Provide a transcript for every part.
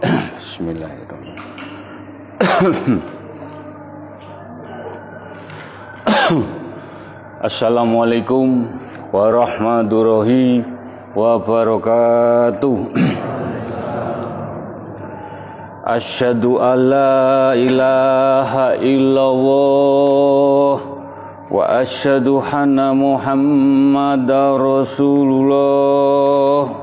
Bismillahirrahmanirrahim. Assalamualaikum warahmatullahi wabarakatuh. Asyhadu an la ilaha illallah wa asyhadu anna Muhammadar Rasulullah.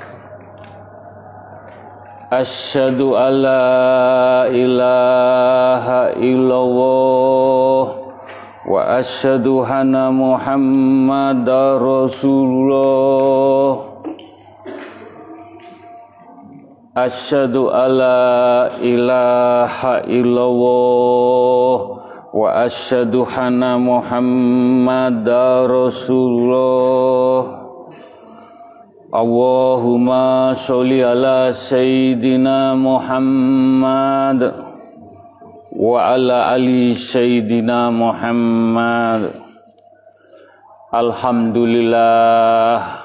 Asyhadu an la ilaha illallah wa asyhadu anna Muhammadar Rasulullah. Asyhadu an la ilaha illallah wa asyhadu anna Muhammadar Rasulullah. Allahumma sholli ala Sayyidina Muhammad wa ala ali Sayyidina Muhammad. Alhamdulillah,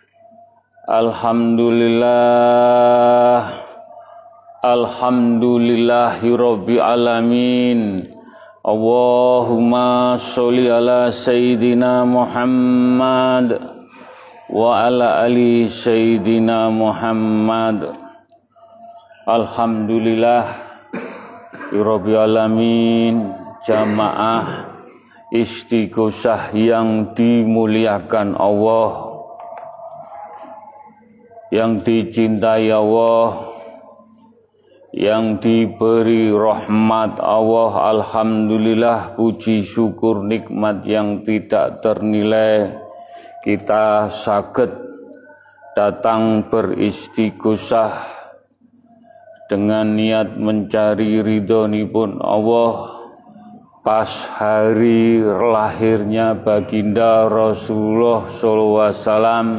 alhamdulillah, alhamdulillahi rabbil alamin. Allahumma sholli ala Sayyidina Muhammad wa ala ali Sayyidina Muhammad. Alhamdulillah rabbil alamin. Jamaah istighosah yang dimuliakan Allah, yang dicintai Allah, yang diberi rahmat Allah. Alhamdulillah, puji syukur nikmat yang tidak ternilai. Kita saged datang beristighosah dengan niat mencari ridhonipun Allah pas hari lahirnya baginda Rasulullah sallallahu alaihi wasallam,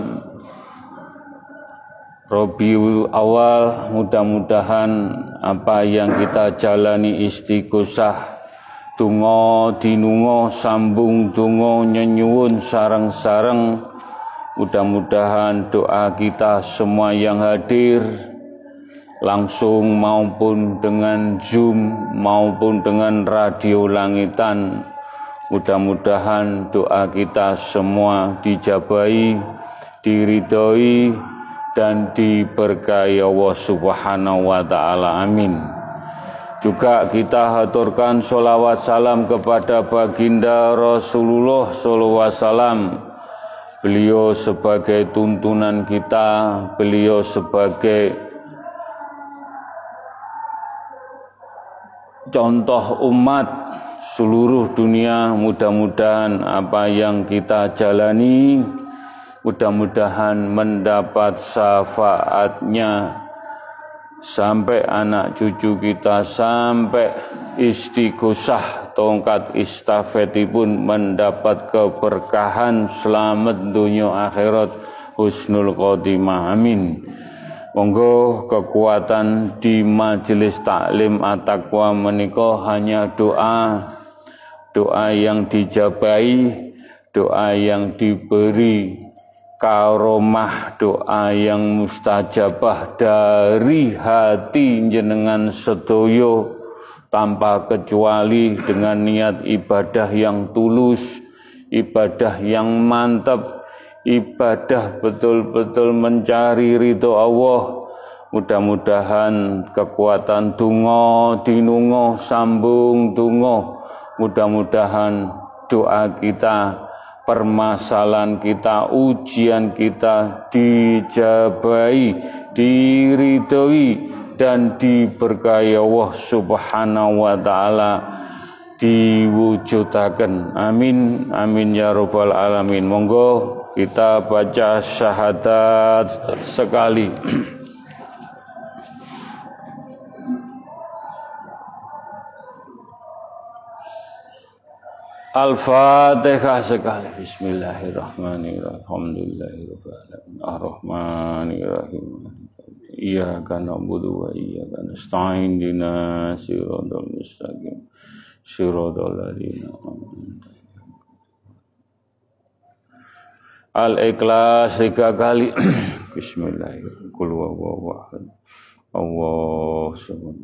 Rabiul Awal. Mudah-mudahan apa yang kita jalani istighosah, donga dinunga, sambung donga nyenyuwun sareng-sareng, mudah-mudahan doa kita semua yang hadir langsung maupun dengan Zoom maupun dengan radio langitan, mudah-mudahan doa kita semua dijabahi, diridhoi dan diberkahi Allah Subhanahu wa taala. Amin. Juga kita haturkan sholawat salam kepada baginda Rasulullah sallallahu alaihi wasallam. Beliau sebagai tuntunan kita, beliau sebagai contoh umat seluruh dunia. Mudah-mudahan apa yang kita jalani, mudah-mudahan mendapat syafaatnya sampai anak cucu kita, sampai istighosah tongkat istafetipun mendapat keberkahan, selamat dunia akhirat, husnul khotimah. Amin. Monggo kekuatan di majelis taklim at-taqwa menika hanya doa, doa yang dijabahi, doa yang diberi karomah, doa yang mustajabah dari hati jenengan sedoyo tanpa kecuali, dengan niat ibadah yang tulus, ibadah yang mantap, ibadah betul-betul mencari ridho Allah. Mudah-mudahan kekuatan donga dinunga, sambung donga, mudah-mudahan doa kita, permasalahan kita, ujian kita dijabahi, diridhoi dan diberkahi Allah Subhanahu wa taala, diwujudaken. Amin amin ya rabbal alamin. Monggo kita baca syahadat sekali. Al-Fatihah sekali. Bismillahirrahmanirrahim. Alhamdulillahirabbil alamin. Arrahmanirrahim. Iyyaka na'budu wa iyyaka nasta'in. Ihdinas siratal mustaqim. Siratal ladzina an'amta alaihim. Al-Ikhlas 3 kali. Bismillahirrahmanirrahim. Qul huwallahu ahad. Allah samad.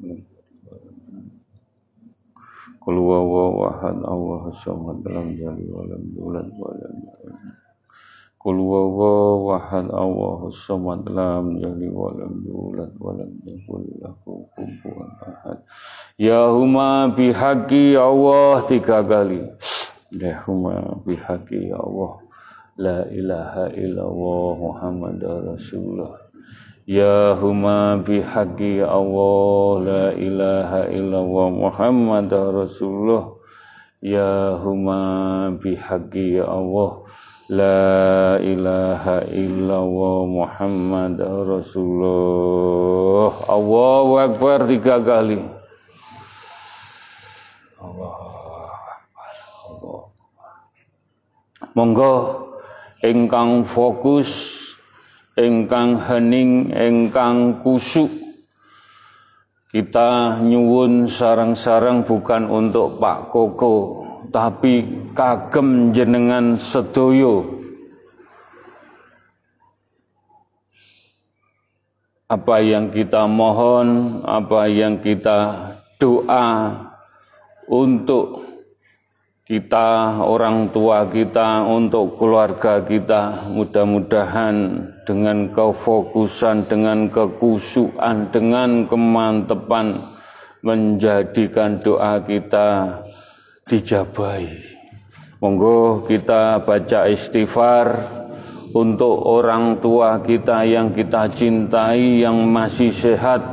Qul huwallahu ahad, Allahu samad, lam yalid wa lam yulad wa lam yakul. Qul huwallahu ahad, Allahu samad, lam yalid wa lam yulad wa lam yakul lahu kufuwan ahad. Ya huma bihaqqi Allah 3 kali. Ya huma bihaqqi Allah. La ilaha illallah Muhammadur Rasulullah. Ya huma bihaqqi Allah, la ilaha illallah Muhammadur Rasulullah. Ya huma bihaqqi Allah, la ilaha illallah Muhammadur Rasulullah. Allahu Akbar 3 kali. Allahu Akbar. Allah. Monggo ingkang fokus, ingkang hening, ingkang kusuk, kita nyuwun sareng-sareng bukan untuk Pak Koko, tapi kagem jenengan sedoyo. Apa yang kita mohon, apa yang kita doa untuk kita, orang tua kita, untuk keluarga kita, mudah-mudahan dengan kefokusan, dengan kekusukan, dengan kemantepan menjadikan doa kita dijabahi. Monggo kita baca istighfar untuk orang tua kita yang kita cintai, yang masih sehat.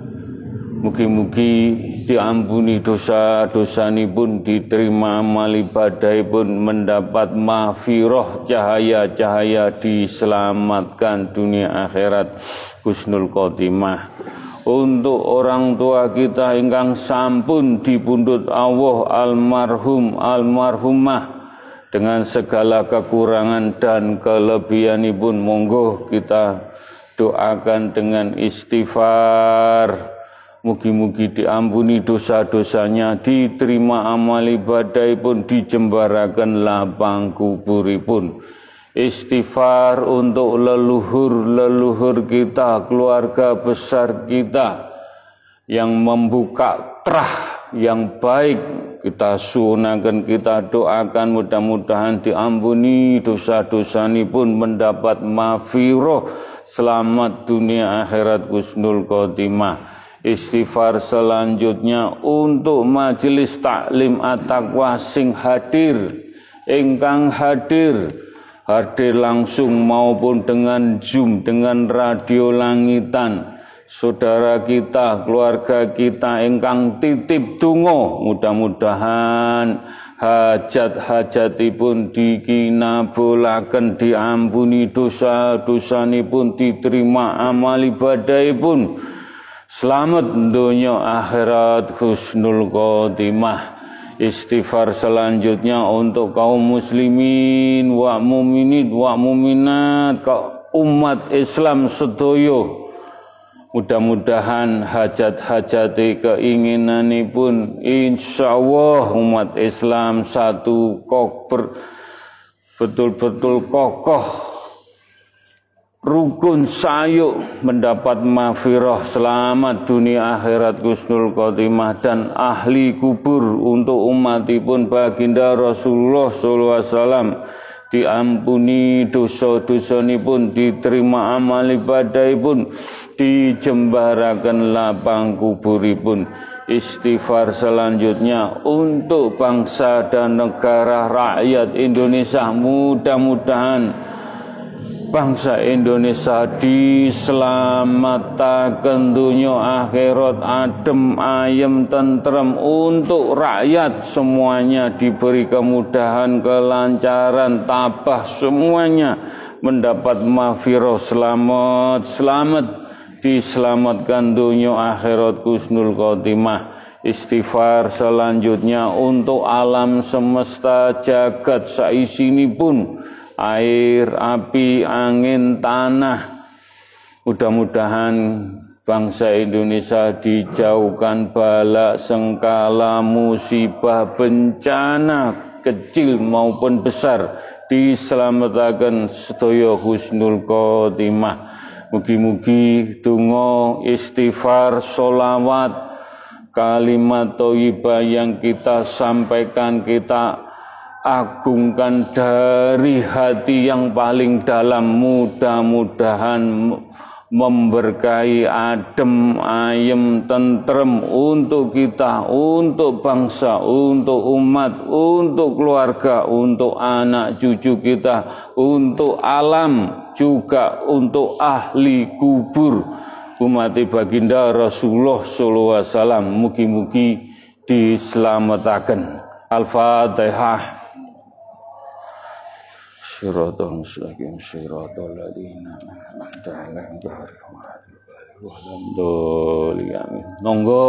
Mugi-mugi diampuni dosa-dosanipun, diterima amal ibadahipun, mendapat maghfirah, cahaya-cahaya, diselamatkan dunia akhirat, husnul khotimah. Untuk orang tua kita ingkang sampun dipundhut Allah, almarhum almarhumah, dengan segala kekurangan dan kelebihanipun, monggo kita doakan dengan istighfar. Mugi-mugi diampuni dosa-dosanya, diterima amal ibadahipun, dijembaraken lapang kuburipun. Istighfar untuk leluhur-leluhur kita, keluarga besar kita yang membuka trah yang baik, kita sunakan, kita doakan, mudah-mudahan diampuni dosa-dosanipun, mendapat maghfirah, selamat dunia akhirat, husnul khotimah. Istighfar selanjutnya untuk majelis taklim at-taqwa sing hadir, ingkang hadir langsung maupun dengan Zoom, dengan radio langitan, saudara kita, keluarga kita ingkang titip donga, mudah-mudahan hajat-hajatipun dikinabulaken, diampuni dosa-dosanipun, diterima amal ibadahipun, selamat dunia akhirat, husnul khotimah. Istighfar selanjutnya untuk kaum muslimin wa mu'minin wa mu'minat, umat Islam sedoyo. Mudah-mudahan hajat-hajati keinginanipun insyaallah umat Islam satu betul-betul kokoh, rukun sayuk, mendapat maghfirah, selamat dunia akhirat, husnul khotimah, dan ahli kubur untuk umatipun baginda Rasulullah sallallahu alaihi wasallam, diampuni dosa-dosanipun, diterima amal ibadahipun, dijembaraken lapang kuburipun. Istighfar selanjutnya untuk bangsa dan negara rakyat Indonesia, mudah-mudahan bangsa Indonesia diselamatkan dunia akhirat, adem ayem tentrem, untuk rakyat semuanya diberi kemudahan, kelancaran, tabah, semuanya mendapat maghfirah, selamat, diselamatkan dunia akhirat, husnul khotimah. Istighfar selanjutnya untuk alam semesta jagat saisinipun, air, api, angin, tanah. Mudah-mudahan bangsa Indonesia dijauhkan bala, sengkala, musibah, bencana kecil maupun besar, diselamatkan sedaya husnul khotimah. Mugi-mugi donga, istighfar, sholawat, kalimat thayyibah yang kita sampaikan, kita agungkan dari hati yang paling dalam, mudah-mudahan memberkahi, adem, ayem, tentrem untuk kita, untuk bangsa, untuk umat, untuk keluarga, untuk anak cucu kita, untuk alam, juga untuk ahli kubur umat baginda Rasulullah sallallahu alaihi wasallam. Mugi-mugi dislametaken. Al-Fatihah. Shiratal mustaqim, shiratal ladzina an'amta 'alaihim ghairil maghdubi 'alaihim. Monggo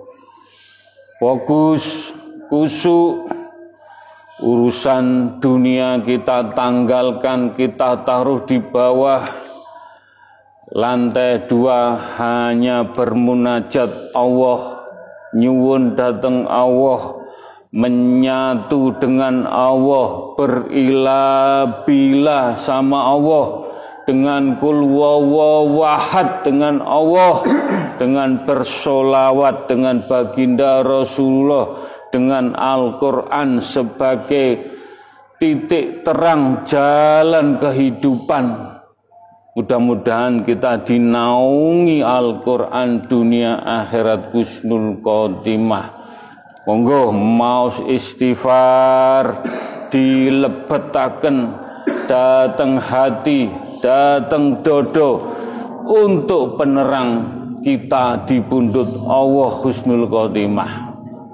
fokus, kusuk, urusan dunia kita tanggalkan, kita taruh di bawah lantai 2, hanya bermunajat Allah, nyuwun dateng Allah, menyatu dengan Allah, berilah sama Allah, dengan kul wawahad dengan Allah, dengan bersolawat dengan baginda Rasulullah, dengan Al-Quran sebagai titik terang jalan kehidupan. Mudah-mudahan kita dinaungi Al-Quran dunia akhirat husnul khotimah. Monggo maos istighfar dilebetaken dateng hati, dateng dodo, untuk penerang kita di pundut Allah husnul khotimah.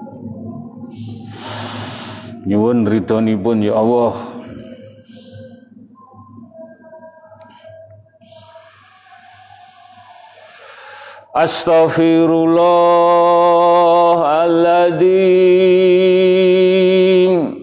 Nyuwun ridhonipun ya Allah. Astaghfirullahaladzim.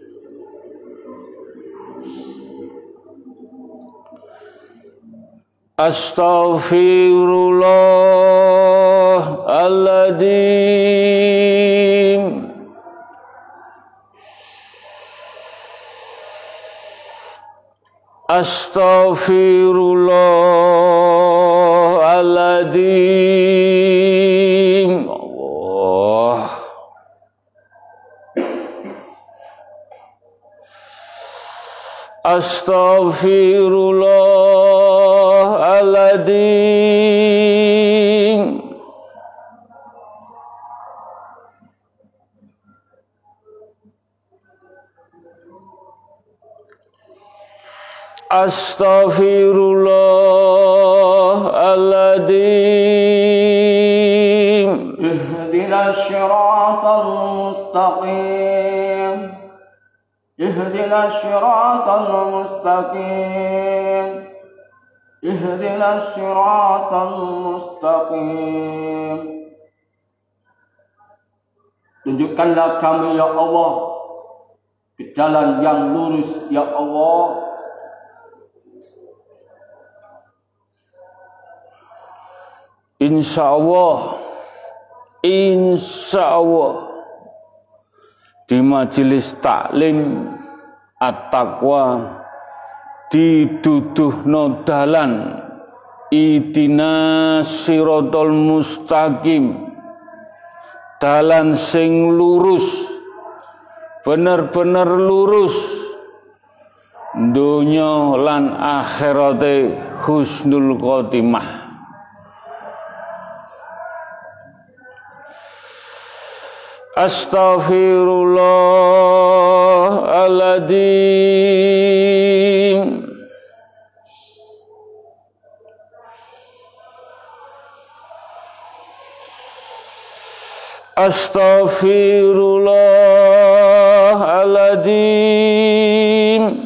Astaghfirullahaladzim. Astaghfirullahaladzim. Allah. Astaghfirullahaladzim. Astaghfirullahaladzim. Ihdinas siratal mustaqim. Ihdinas siratal mustaqim. Ihdinas siratal mustaqim. Tunjukkanlah kami ya Allah ke jalan yang lurus ya Allah. Insya Allah di majelis taklim at-taqwa diduduhno dalan idinas siratal mustaqim, dalan sing lurus, bener-bener lurus, dunya lan akhirate husnul khotimah. Astaghfirullahaladzim. Astaghfirullahaladzim.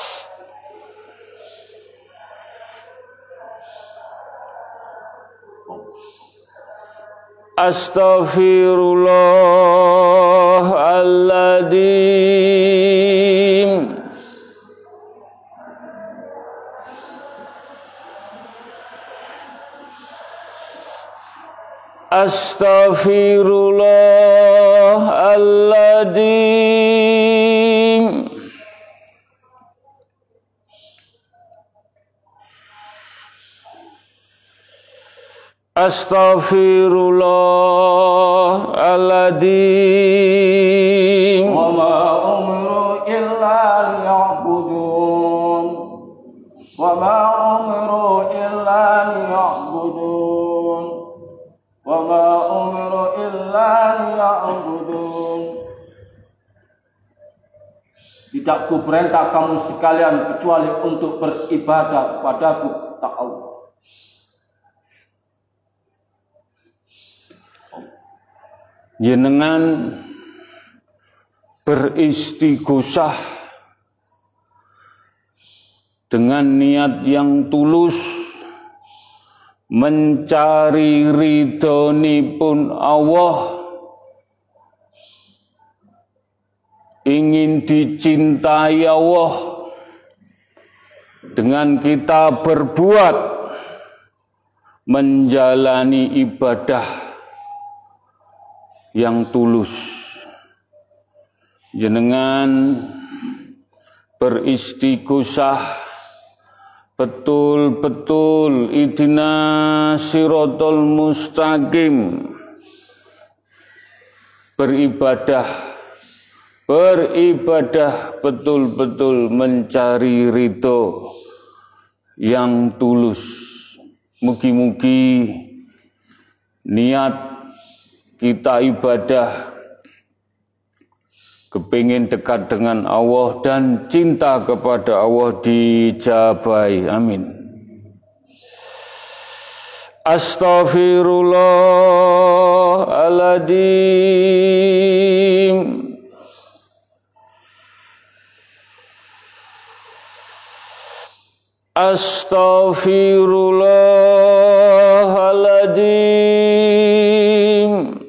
Astaghfirullahaladzim. Astaghfirullahaladzim. Astaghfirullahaladzim. Wa ma umiru illa liya'budun. Wa ma umiru illa liya'budun. Wa ma umiru illa liya'budun. Tidak kuperintah kamu sekalian kecuali untuk beribadah kepadaku, tak Allah. Jenengan beristighosah dengan niat yang tulus mencari ridhonipun Allah, ingin dicintai Allah, dengan kita berbuat menjalani ibadah yang tulus. Jenengan beristighosah betul-betul ihdinas siratal mustaqim, beribadah betul-betul mencari ridho yang tulus. Mugi-mugi niat kita ibadah kepingin dekat dengan Allah dan cinta kepada Allah dijabai. Amin. Astaghfirullahaladzim. Astaghfirullahaladzim.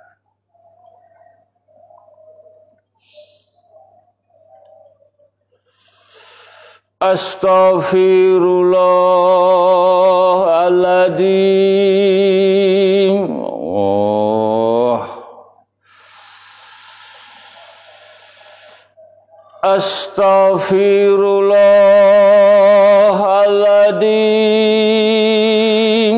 Astaghfirullahaladzim. Astaghfirullahaladzim.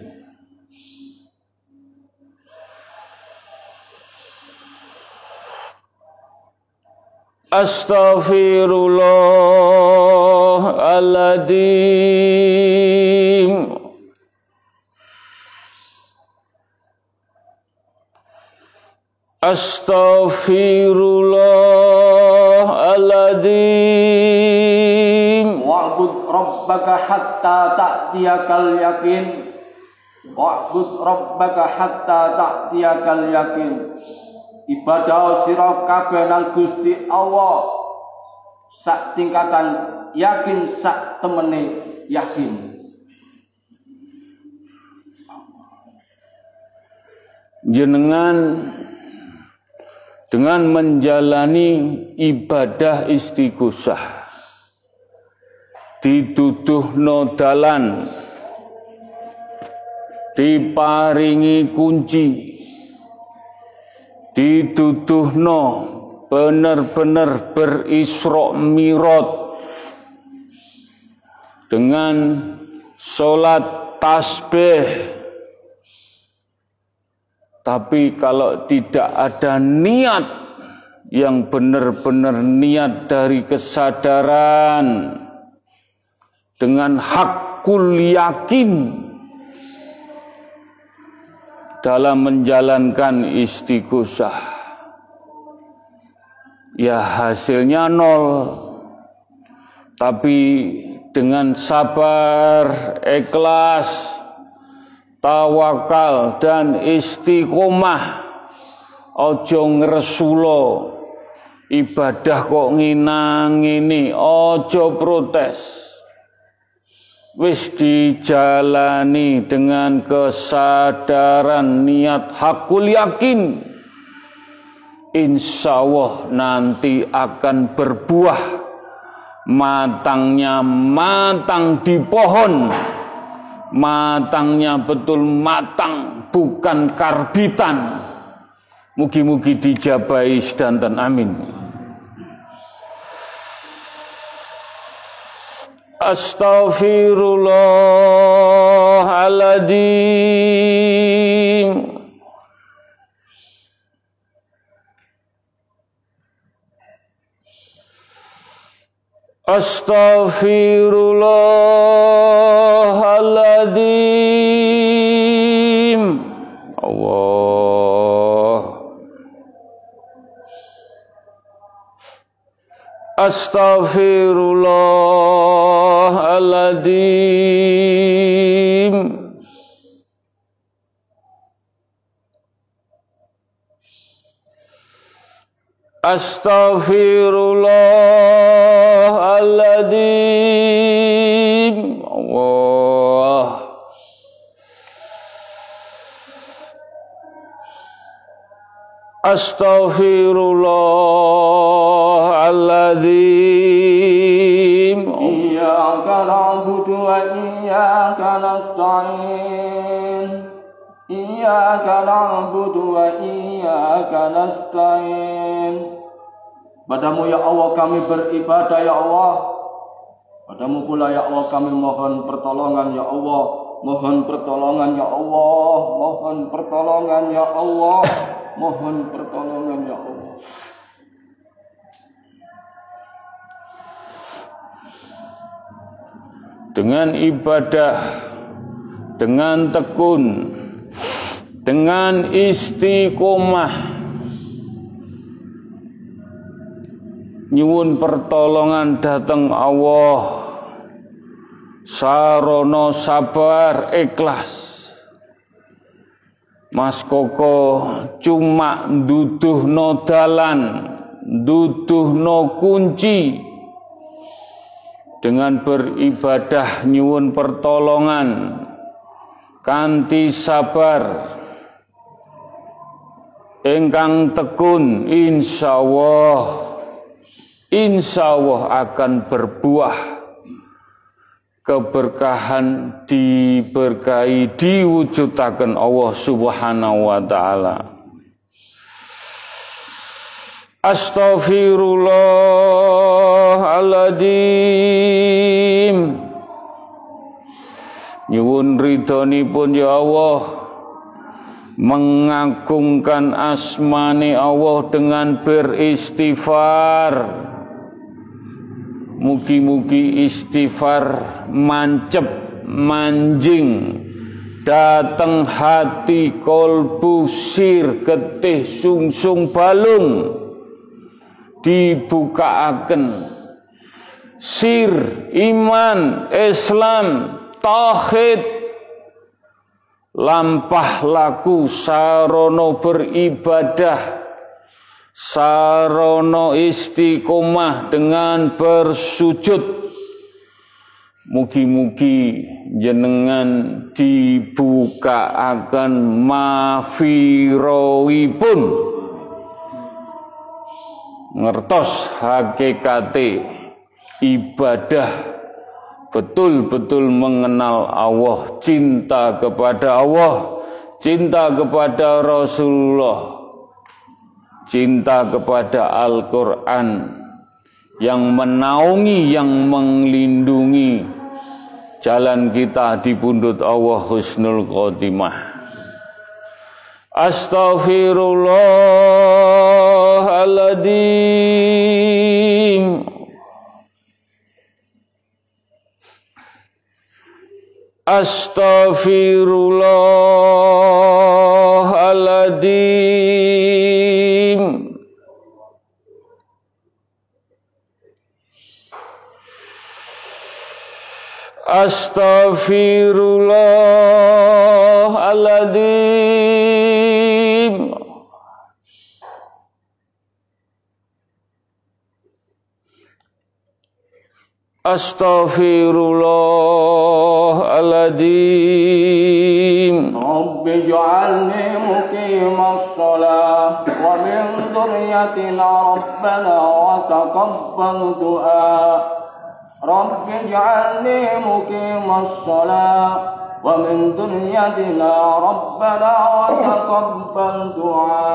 Astaghfirullahaladzim. Astaghfirullahaladzim. Wa'bud rabbaka hatta ta'tiyakal yakin. Wa'bud rabbaka hatta ta'tiyakal yakin. Ibadah sira kabeh nang Gusti Allah sak tingkatan yakin, sak temene yakin. Jenengan dengan menjalani ibadah istighosah dituduhno dalan, diparingi kunci, dituduhno benar-benar berisra mi'raj dengan sholat tasbih. Tapi kalau tidak ada niat yang benar-benar niat dari kesadaran dengan hakul yakin dalam menjalankan istighosah, ya hasilnya nol. Tapi dengan sabar, ikhlas, tawakal dan istiqomah, ojo ngresula ibadah kok nginang ini, ojo protes, wis dijalani dengan kesadaran niat hakul yakin, insya Allah nanti akan berbuah, matangnya matang di pohon, matangnya betul matang, bukan karbitan. Mugi-mugi dijabai sedanten, amin. Astaghfirullahaladzim. Astaghfirullahaladzim. Allah. Astaghfirullahaladzim. Astaghfirullahaladzim. Allah. Astaghfirullahaladzim. Iyyaka na'budu wa iyyaka nasta'in. Iyyaka na'budu wa iyyaka nasta'in. Padamu ya Allah kami beribadah ya Allah. Padamu pula ya Allah kami mohon pertolongan ya Allah. Mohon pertolongan ya Allah. Mohon pertolongan ya Allah. Mohon pertolongan ya Allah. Dengan ibadah, dengan tekun, dengan istiqomah, nyuwun pertolongan dateng Allah, sarono sabar ikhlas. Mas Koko cuma nduduhno dalan, nduduhno kunci. Dengan beribadah nyuwun pertolongan kanthi sabar ingkang tekun, insyaallah akan berbuah keberkahan, diberkahi, diwujudaken Allah Subhanahu wa taala. Astaghfirullahaladzim. Nyuwun ridhonipun ya Allah, mengagungkan asmane Allah dengan beristighfar. Mugi-mugi istighfar mancep manjing dateng hati kolbu sir getih sungsung balung, dibukaaken sir iman Islam tauhid lampah laku sarono beribadah, sarono istiqomah dengan bersujud. Mugi-mugi jenengan dibukaaken mafiroipun, ngertos hakikate ibadah, betul-betul mengenal Allah, cinta kepada Allah, cinta kepada Rasulullah, cinta kepada Al-Quran yang menaungi, yang melindungi jalan kita di pundut Allah husnul khotimah. Astaghfirullahaladzim. Astaghfirullahaladzim. Astaghfirullahaladzim. Astaghfirullahaladzim. Rabbi ij'alni muqimas shalah wa min dhurriyyatina rabbana wa taqabbal du'a. Rabbi ij'alni muqimas shalah wa min dhurriyyatina rabbana wa taqabbal du'a.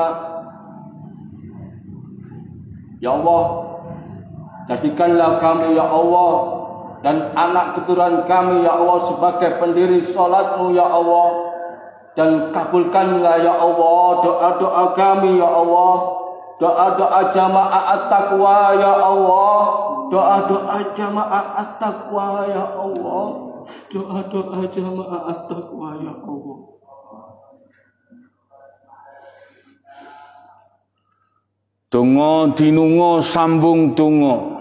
Ya Allah, jadikanlah kami ya Allah dan anak keturunan kami ya Allah sebagai pendiri salat-Mu ya Allah, dan kabulkanlah ya Allah doa-doa kami ya Allah, doa-doa jamaah at-taqwa ya Allah, doa-doa jamaah at-taqwa ya Allah. Doa-doa jamaah at-taqwa ya Allah. Donga dinunga sambung donga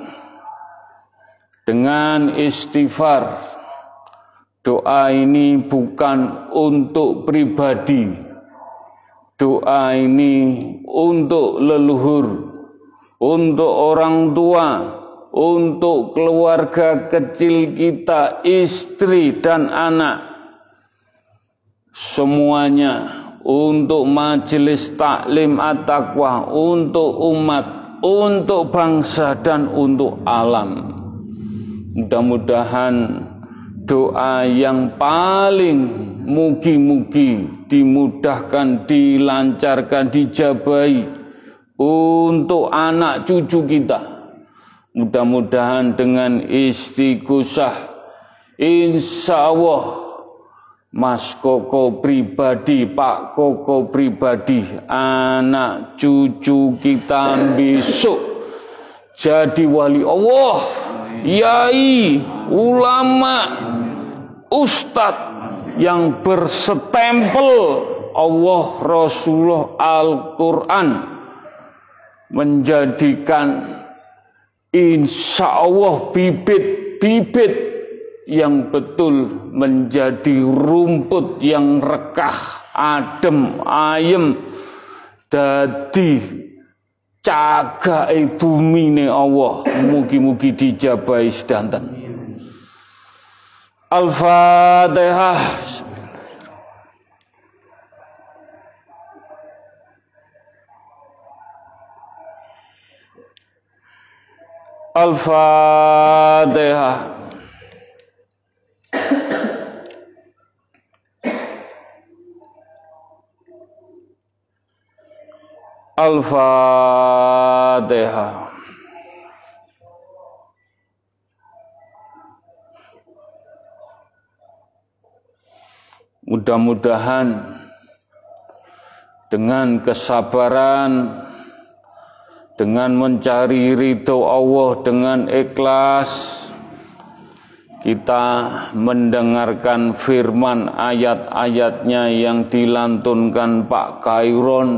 dengan istighfar. Doa ini bukan untuk pribadi. Doa ini untuk leluhur, untuk orang tua, untuk keluarga kecil kita, istri dan anak. Semuanya untuk majelis taklim at-taqwa, untuk umat, untuk bangsa dan untuk alam. Mudah-mudahan doa yang paling mugi-mugi dimudahkan, dilancarkan, dijabahi untuk anak cucu kita. Mudah-mudahan dengan istighosah, insya Allah Mas Koko pribadi, Pak Koko pribadi, anak cucu kita besok jadi wali Allah, yai, ulama, ustadz yang berstempel Allah, Rasulullah, Al-Quran, menjadikan insya Allah bibit-bibit yang betul menjadi rumput yang rekah, adem, ayem, dadi cagae bumi ne Allah. Mugi-mugi dijabahi sedanten. Al-Fatihah. Al-Fatihah. Al-Fatihah. Mudah-mudahan dengan kesabaran, dengan mencari ridho Allah, dengan ikhlas, kita mendengarkan firman ayat-ayatnya yang dilantunkan Pak Khairon.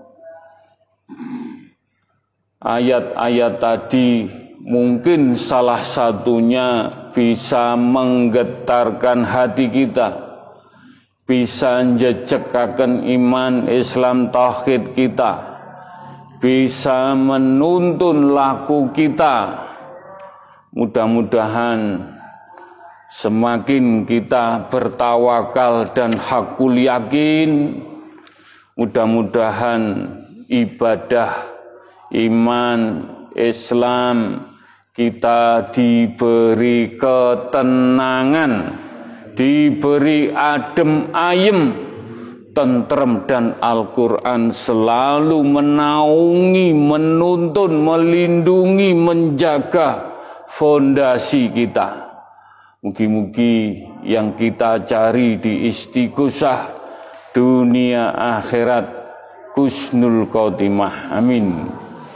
Ayat-ayat tadi mungkin salah satunya bisa menggetarkan hati kita, bisa njejekaken iman Islam tauhid kita, bisa menuntun laku kita. Mudah-mudahan semakin kita bertawakal dan hakul yakin, mudah-mudahan ibadah iman Islam kita diberi ketenangan, diberi adem ayem, tentrem, dan Al-Quran selalu menaungi, menuntun, melindungi, menjaga fondasi kita. Mugi-mugi yang kita cari di istighosah dunia akhirat husnul khotimah. Amin.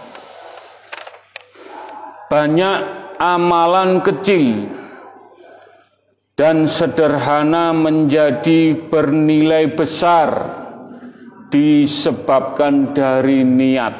Banyak amalan kecil dan sederhana menjadi bernilai besar disebabkan dari niat.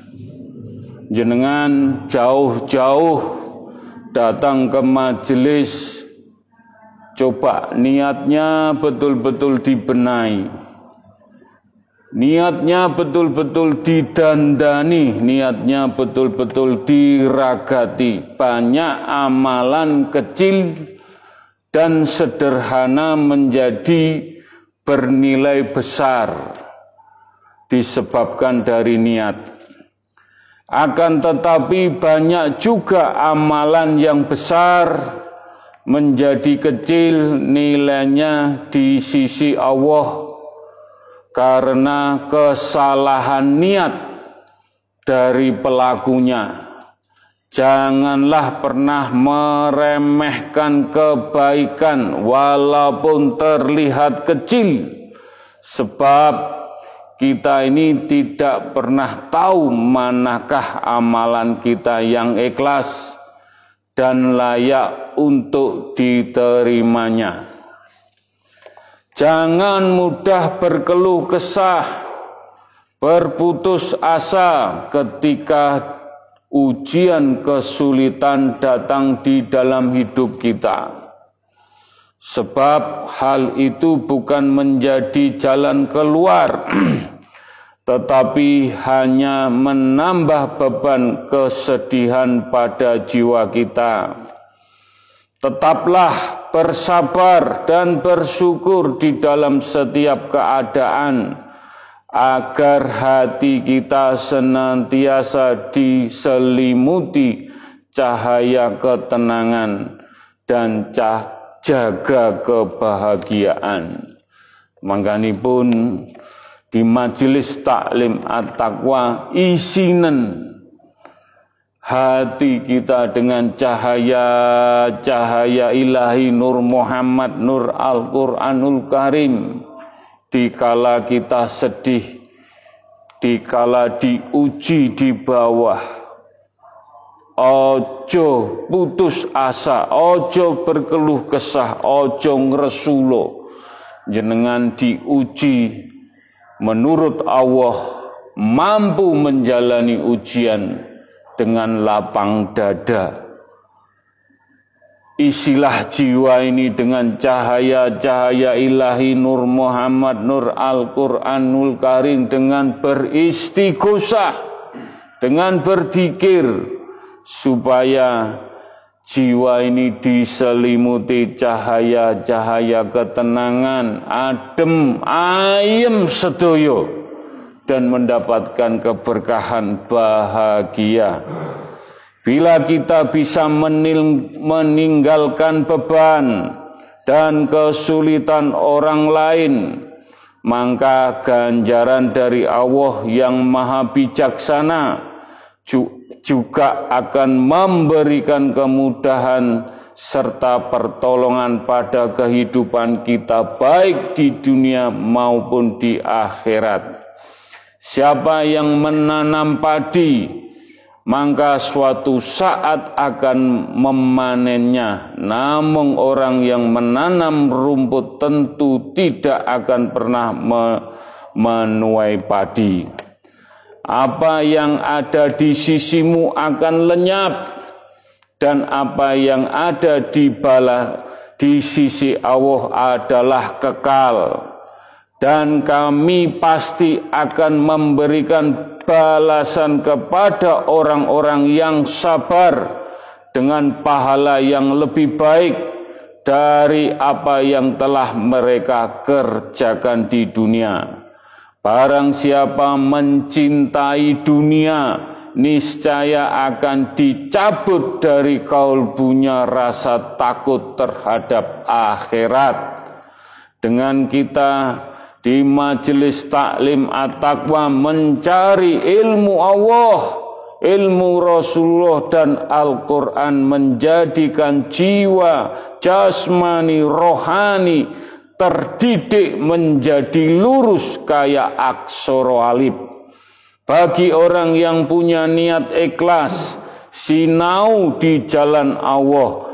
Jenengan jauh-jauh datang ke majelis, coba niatnya betul-betul dibenahi. Niatnya betul-betul didandani, niatnya betul-betul diragati. Banyak amalan kecil dan sederhana menjadi bernilai besar disebabkan dari niat. Akan tetapi banyak juga amalan yang besar menjadi kecil nilainya di sisi Allah karena kesalahan niat dari pelakunya. Janganlah pernah meremehkan kebaikan walaupun terlihat kecil, sebab kita ini tidak pernah tahu manakah amalan kita yang ikhlas, dan layak untuk diterimanya. Jangan mudah berkeluh kesah, berputus asa ketika ujian kesulitan datang di dalam hidup kita. Sebab hal itu bukan menjadi jalan keluar, tetapi hanya menambah beban kesedihan pada jiwa kita. Tetaplah bersabar dan bersyukur di dalam setiap keadaan, agar hati kita senantiasa diselimuti cahaya ketenangan dan jaga kebahagiaan. Mangkanipun di majelis taklim at-taqwa isinen hati kita dengan cahaya ilahi Nur Muhammad, Nur Al-Quranul Karim. Dikala kita sedih, dikala diuji di bawah, ojo putus asa, ojo berkeluh kesah, ojo ngresulo. Jenengan diuji menurut Allah mampu menjalani ujian dengan lapang dada. Isilah jiwa ini dengan cahaya-cahaya ilahi Nur Muhammad, Nur Al-Quranul Karim, dengan beristighosah, dengan berzikir, supaya jiwa ini diselimuti cahaya-cahaya ketenangan, adem ayem sedoyo, dan mendapatkan keberkahan bahagia. Bila kita bisa meninggalkan beban dan kesulitan orang lain, maka ganjaran dari Allah yang maha bijaksana juga akan memberikan kemudahan serta pertolongan pada kehidupan kita, baik di dunia maupun di akhirat. Siapa yang menanam padi, maka suatu saat akan memanennya. Namun orang yang menanam rumput tentu tidak akan pernah menuai padi. Apa yang ada di sisimu akan lenyap, dan apa yang ada di sisi Allah adalah kekal. Dan kami pasti akan memberikan balasan kepada orang-orang yang sabar dengan pahala yang lebih baik dari apa yang telah mereka kerjakan di dunia. Barang siapa mencintai dunia, niscaya akan dicabut dari kalbunya rasa takut terhadap akhirat. Dengan kita di majelis taklim at-taqwa mencari ilmu Allah, ilmu Rasulullah dan Al-Quran, menjadikan jiwa jasmani rohani terdidik menjadi lurus kayak aksara alif. Bagi orang yang punya niat ikhlas, sinau di jalan Allah,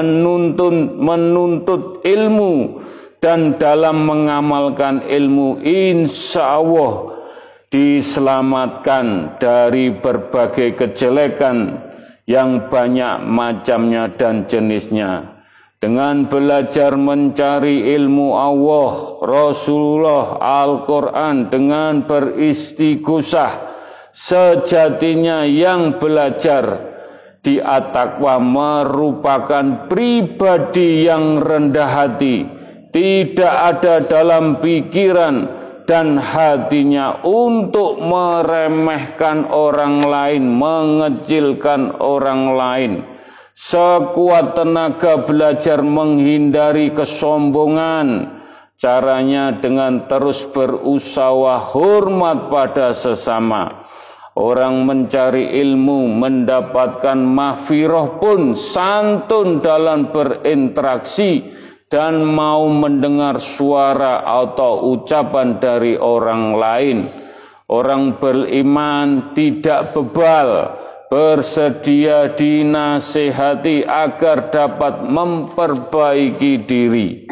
menuntut ilmu, dan dalam mengamalkan ilmu, insya Allah diselamatkan dari berbagai kejelekan yang banyak macamnya dan jenisnya. Dengan belajar mencari ilmu Allah, Rasulullah, Al-Quran, dengan beristighosah, sejatinya yang belajar di at-taqwa merupakan pribadi yang rendah hati, tidak ada dalam pikiran dan hatinya untuk meremehkan orang lain, mengecilkan orang lain. Sekuat tenaga belajar menghindari kesombongan. Caranya dengan terus berusaha hormat pada sesama. Orang mencari ilmu mendapatkan mahfirah pun santun dalam berinteraksi dan mau mendengar suara atau ucapan dari orang lain. Orang beriman tidak bebal bersedia dinasihati agar dapat memperbaiki diri,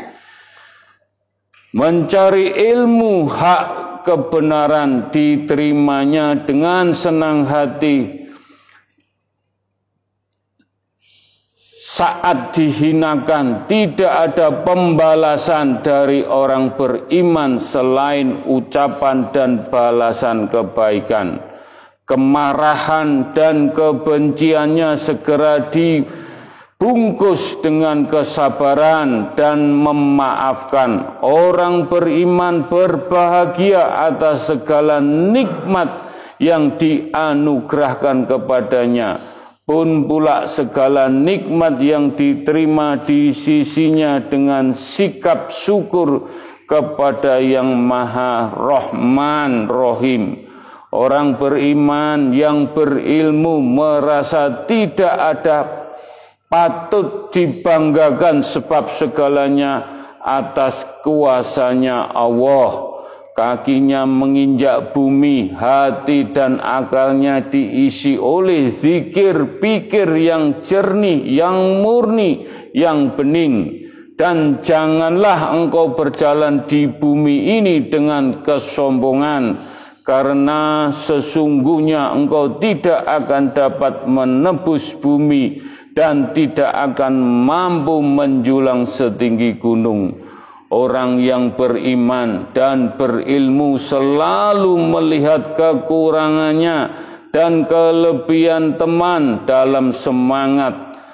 mencari ilmu hak kebenaran diterimanya dengan senang hati. Saat dihinakan, tidak ada pembalasan dari orang beriman selain ucapan dan balasan kebaikan. Kemarahan dan kebenciannya segera dibungkus dengan kesabaran dan memaafkan. Orang beriman berbahagia atas segala nikmat yang dianugerahkan kepadanya, pun pula segala nikmat yang diterima di sisinya dengan sikap syukur kepada Yang Maha Rahman Rahim. Orang beriman yang berilmu merasa tidak ada patut dibanggakan sebab segalanya atas kuasanya Allah. Kakinya menginjak bumi, hati dan akalnya diisi oleh zikir pikir yang jernih, yang murni, yang bening. Dan janganlah engkau berjalan di bumi ini dengan kesombongan, karena sesungguhnya engkau tidak akan dapat menebus bumi dan tidak akan mampu menjulang setinggi gunung. Orang yang beriman dan berilmu selalu melihat kekurangannya dan kelebihan teman dalam semangat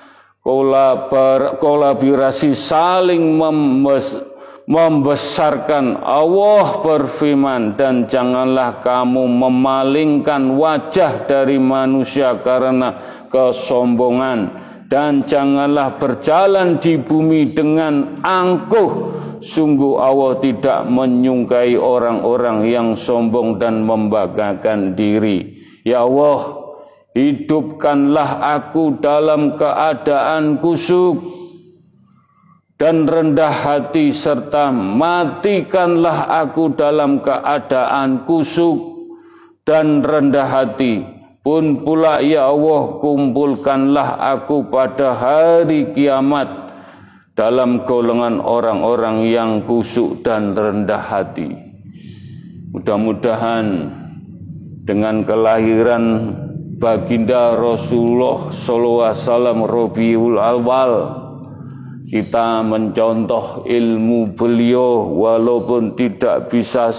kolaborasi saling membesarkan. Allah berfirman, dan janganlah kamu memalingkan wajah dari manusia karena kesombongan, dan janganlah berjalan di bumi dengan angkuh. Sungguh Allah tidak menyukai orang-orang yang sombong dan membanggakan diri. Ya Allah, hidupkanlah aku dalam keadaan kusuk dan rendah hati, serta matikanlah aku dalam keadaan kusuk dan rendah hati. Pun pula ya Allah, kumpulkanlah aku pada hari kiamat dalam golongan orang-orang yang kusuk dan rendah hati. Mudah-mudahan dengan kelahiran baginda Rasulullah SAW Rabiul Awal, kita mencontoh ilmu beliau walaupun tidak bisa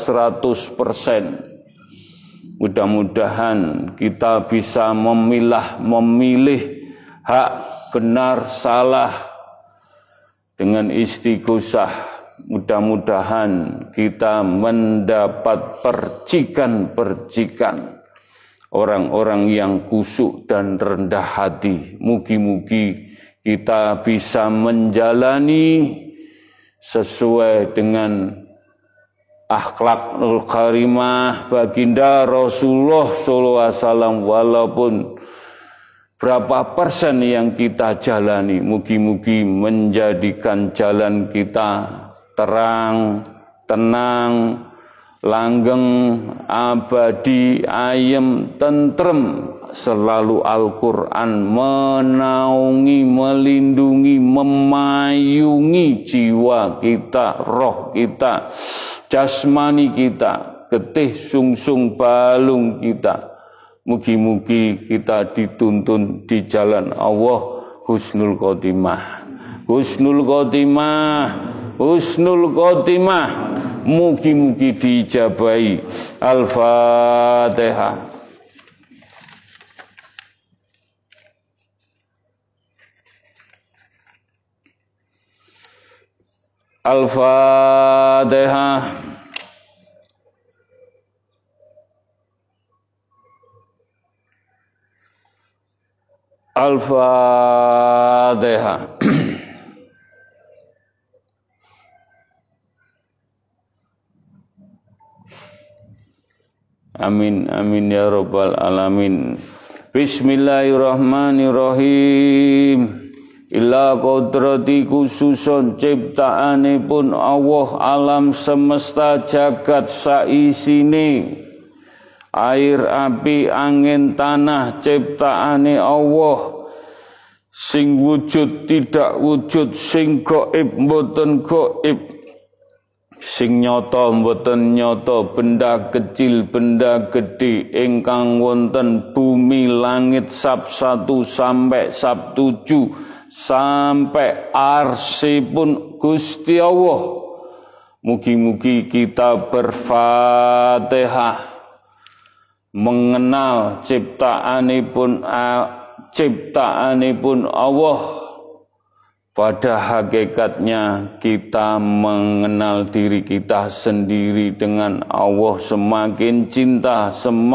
100%. Mudah-mudahan kita bisa memilih hak benar salah dengan istighosah. Mudah-mudahan kita mendapat percikan-percikan orang-orang yang kusuk dan rendah hati. Mugi-mugi kita bisa menjalani sesuai dengan akhlakul karimah baginda Rasulullah SAW, walaupun berapa persen yang kita jalani, mugi-mugi menjadikan jalan kita terang, tenang, langgeng, abadi, ayem, tentrem. Selalu Al-Quran menaungi, melindungi, memayungi jiwa kita, roh kita, jasmani kita, getih sungsung balung kita. Mugi-mugi kita dituntun di jalan Allah husnul khotimah. Husnul khotimah, husnul khotimah. Mugi-mugi diijabahi. Al-Fatihah. Al-Fatihah. Al-Fatihah. Amin amin ya rabbal alamin. Bismillahirrahmanirrahim. Ila kodrati khususun ciptaanipun Allah alam semesta jagat saisine. air, api, angin, tanah, ciptaane Allah, sing wujud tidak wujud, sing gaib mboten gaib, sing nyata mboten nyata, benda kecil benda gede ingkang wonten bumi langit sab 1 sampai sab 7 sampai arsipun Gusti Allah. Mugi-mugi kita berfatihah mengenal ciptaanipun Allah. Pada hakikatnya kita mengenal diri kita sendiri dengan Allah. Semakin cinta,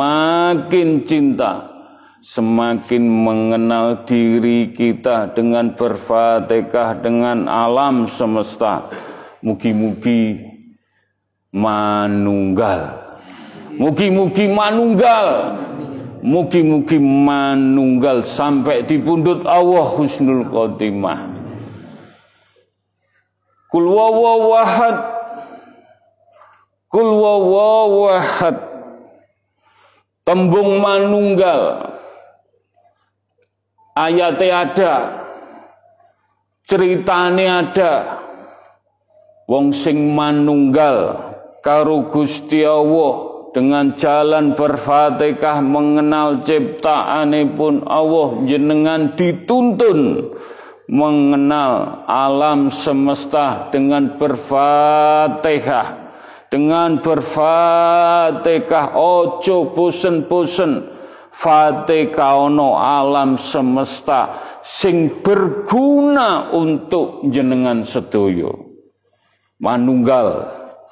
semakin mengenal diri kita dengan berfatihah dengan alam semesta. Mugi-mugi manunggal. Mugi-mugi manunggal. Mugi-mugi manunggal sampai di pundut Allah husnul khotimah. Kul huwallahu ahad. Kul huwallahu ahad. Tembung manunggal. Ayatnya ada. Ceritanya ada. Wong sing manunggal karo Gusti Allah dengan jalan berfatihah mengenal ciptaanipun Allah, jenengan dituntun mengenal alam semesta dengan berfatihah. Dengan berfatihah ojo bosen-bosen, fatihah ono alam semesta sing berguna untuk jenengan sedoyo. Manunggal,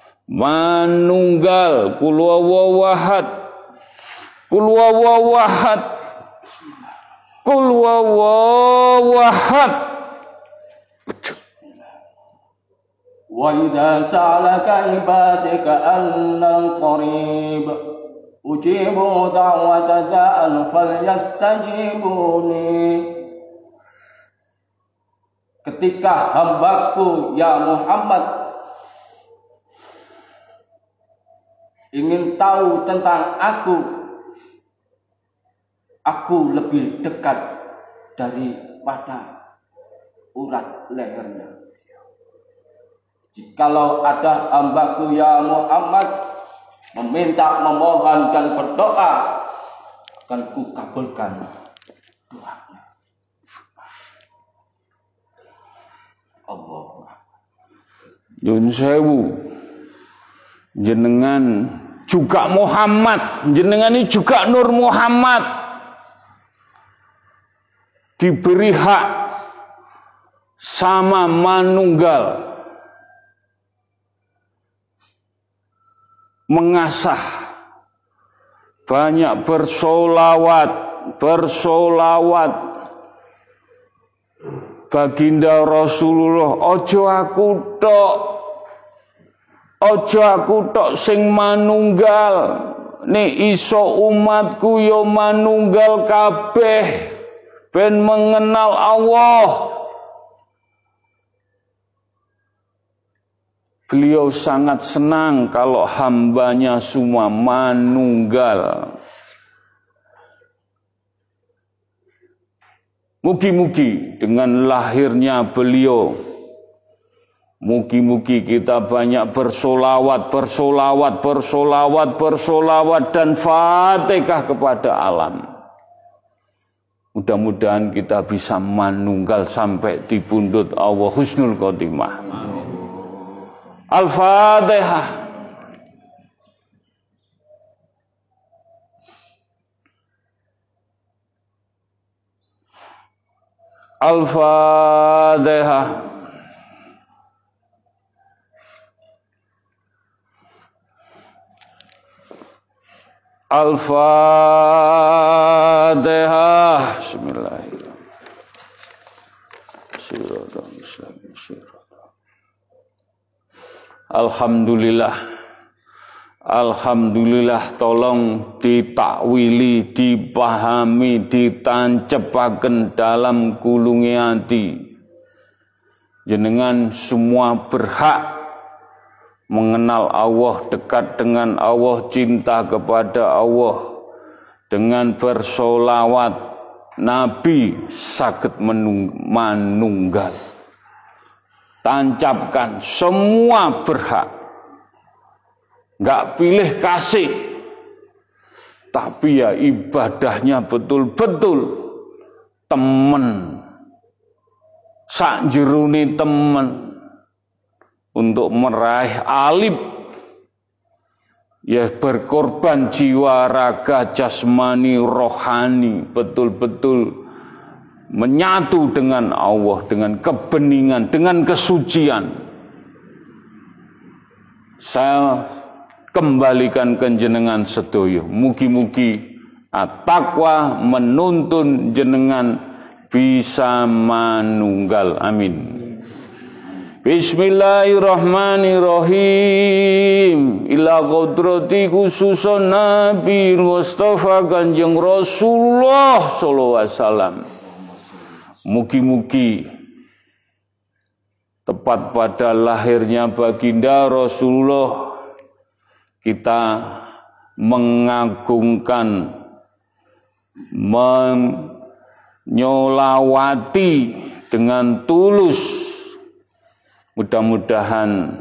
kul huwallahu ahad, kul huwallahu ahad, kul huwallahu ahad. Wa idza sa'alaka ibadika annal qarib ujibu da'wata da'al falyastajibuni. Ketika hambaku ya Muhammad ingin tahu tentang aku lebih dekat daripada urat lehernya. Jikalau ada hambaku ya Muhammad meminta, memohon dan berdoa, akan ku kabulkan doanya. Allah. Nyun sewu. Jenengan juga Muhammad, jenengan ini juga Nur Muhammad, diberi hak sama manunggal, mengasah banyak bersolawat baginda Rasulullah. Ojo aku tok sing manunggal, nek iso umatku yo manunggal kabeh ben mengenal Allah. Beliau sangat senang kalau hambanya semua manunggal. Mugi-mugi dengan lahirnya beliau, mugi-mugi kita banyak bersolawat dan fatihah kepada alam. Mudah-mudahan kita bisa manunggal sampai di pundut Allah husnul khotimah. Al-Fatihah. Al-Fatihah. Al-Fatihah. Bismillahirrahmanirrahim. Alhamdulillah, tolong ditakwili, dipahami, ditancepaken dalam kulungi hati. Jenengan semua berhak mengenal Allah, dekat dengan Allah, cinta kepada Allah. Dengan bersolawat Nabi saged manunggal. Tancapkan semua berhak. Enggak pilih kasih. Tapi ya ibadahnya betul-betul temen. Sak jerone temen. Untuk meraih alif. Ya berkorban jiwa, raga, jasmani, rohani, betul-betul menyatu dengan Allah, dengan kebeningan, dengan kesucian. Saya kembalikan ke jenengan sedoyo. Mugi-mugi at-taqwa menuntun jenengan bisa manunggal. Amin. Bismillahirrahmanirrahim. Ila qadrati khususun Nabi Mustafa Kanjeng Rasulullah sallallahu alaihi wasallam. Mugi-mugi tepat pada lahirnya baginda Rasulullah kita mengagungkan, menyolawati dengan tulus. Mudah-mudahan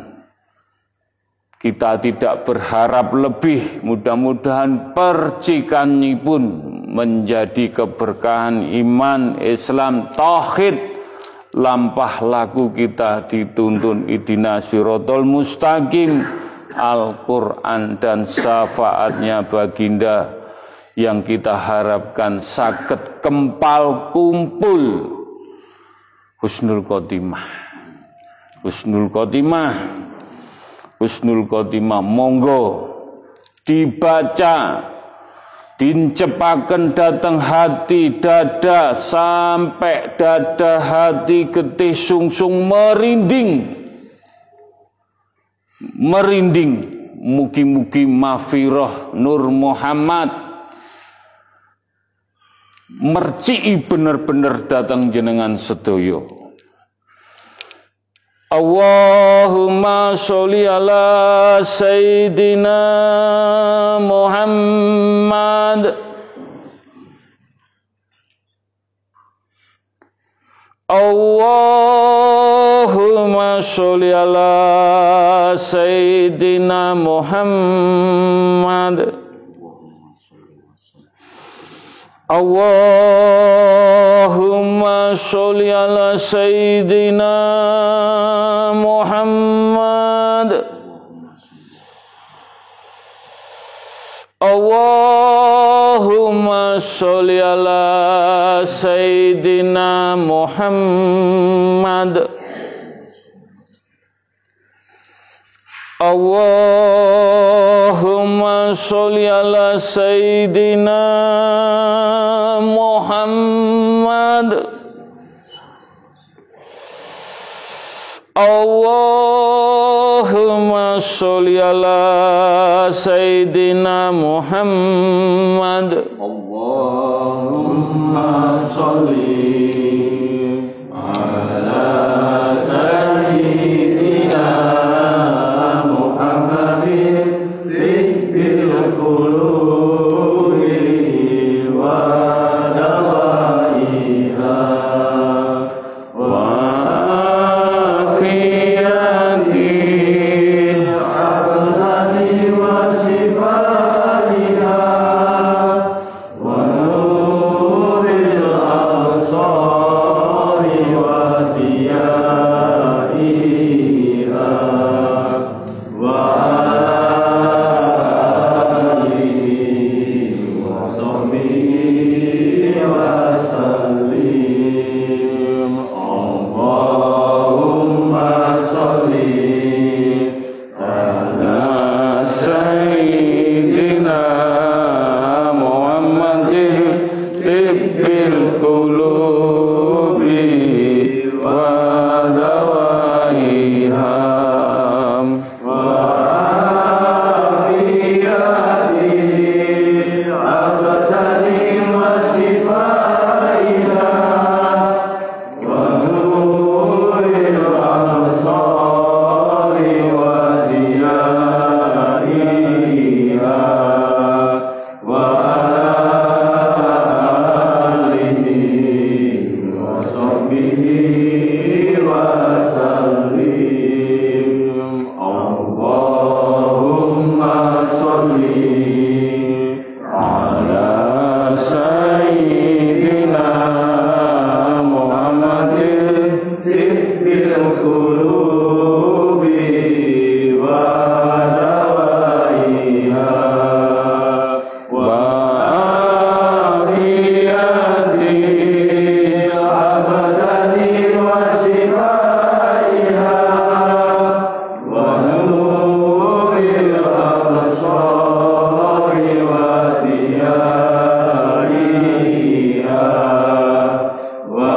kita tidak berharap lebih, mudah-mudahan percikanipun menjadi keberkahan iman, Islam, tauhid, lampah laku kita dituntun idina sirotol mustaqim, Al-Quran dan syafaatnya baginda yang kita harapkan sakit kempal kumpul husnul khotimah. Husnul khotimah, husnul khotimah, monggo dibaca, dincepaken dateng hati, dada, sampai dada, hati, getih, sungsung merinding, merinding. Mugi-mugi mafiroh Nur Muhammad merci'i bener-bener datang jenengan sedoyo. Allahumma sholli ala Sayyidina Muhammad. Allahumma sholli ala Sayyidina Muhammad. Allahumma sholli ala Sayyidina Muhammad. Allahumma sholli ala Sayyidina Muhammad. Allahumma sholli ala Sayyidina Muhammad. Allahumma sholli ala Sayyidina Muhammad. Allahumma sholli ala Sayyidina Muhammadin tibbil qulubi wa dawaiha wa Wa nuril absar ala sayyidina Muhammadin tibbil qulubi wa dawaiha wa afiyati abadani wa sifaiha wa nuril absari wa diyariha wa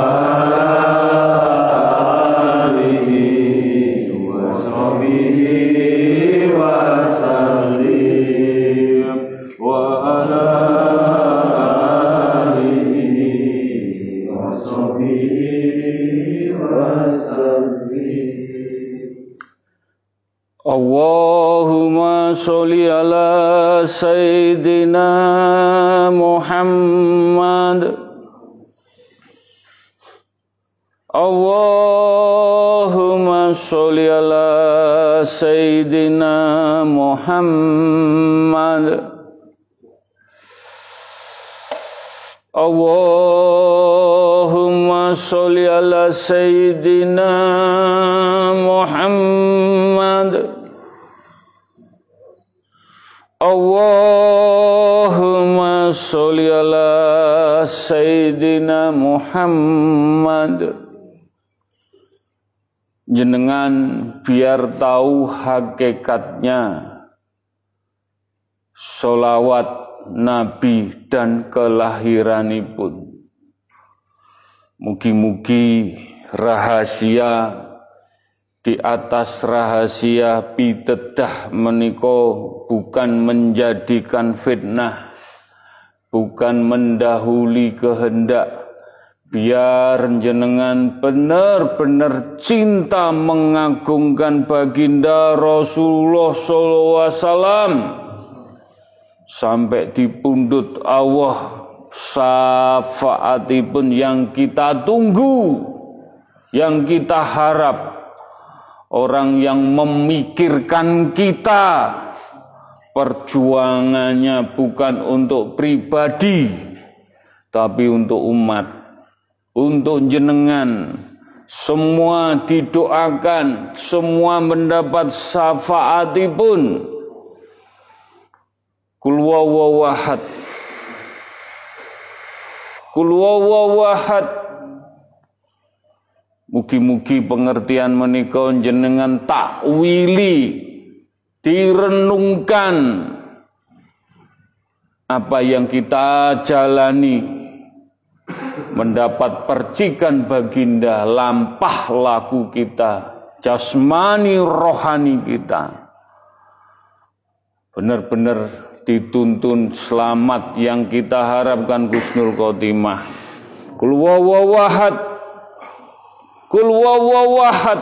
alihi wa sahbihi wa sallim wa ala alihi wa sahbihi wa sallim. Allahumma sholli ala sayyidina Muhammad. Allahumma sholli ala sayyidina Muhammad. Allahumma sholli ala sayyidina Muhammad. Allahumma sholli ala sayyidina Muhammad. Jenengan biar tahu hakikatnya sholawat Nabi dan kelahiranipun. Mugi-mugi rahasia di atas rahasia pitedah menika bukan menjadikan fitnah, bukan mendahului kehendak. Biar jenengan benar-benar cinta mengagungkan baginda Rasulullah SAW sampai dipundhut Allah syafaatipun yang kita tunggu, yang kita harap. Orang yang memikirkan kita, perjuangannya bukan untuk pribadi, tapi untuk umat, untuk jenengan. Semua didoakan, semua mendapat syafaatipun. Qul huwallahu ahad. Qul huwallahu ahad. Mugi-mugi pengertian menika jenengan takwili, direnungkan apa yang kita jalani, mendapat percikan baginda, lampah laku kita, jasmani rohani kita, benar-benar dituntun selamat yang kita harapkan husnul khotimah. Qul huwallahu ahad. Qul huwallahu ahad.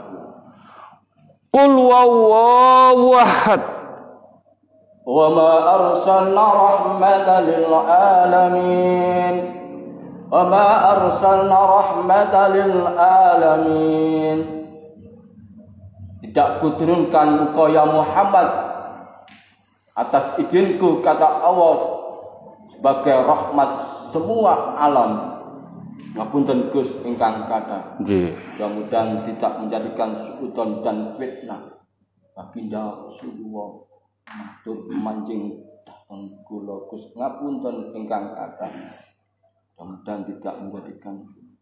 Qul huwallahu ahad. Wa ma arsalna rahmatan lil alamin. Wa ma arsalna rahmatan lil alamin. Tidak kuturunkan engkau ya Muhammad atas izinku, kata Allah, sebagai rahmat semua alam. Ngapunten Gus ingkang kathah. Nggih. Mudah-mudahan tidak menjadikan suudzon dan fitnah. Baginda Rasulullah matur manjing dhateng kula Gus, ngapunten ingkang kathah. Mudah-mudahan tidak menjadikan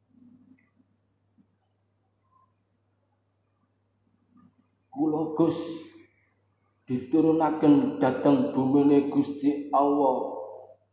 kula Gus diturunaken dhateng bumine Gusti Allah.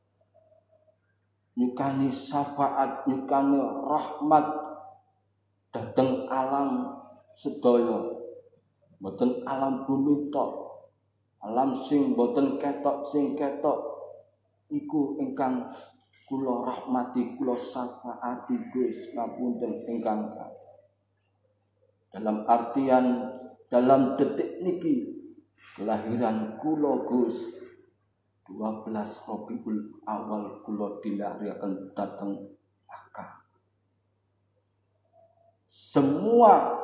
Nyukani syafaat, nyukani rahmat dhateng alam sedaya. Mboten alam bumi tok, alam sing mboten ketok, sing ketok iku ingkang kula rahmati, kula syafaati Gus, ngapunten ingkang dalam artian dalam detik niki kelahiran kula Gus 12 Rabiul Awal kula dilahiraken dhateng Makkah. Semua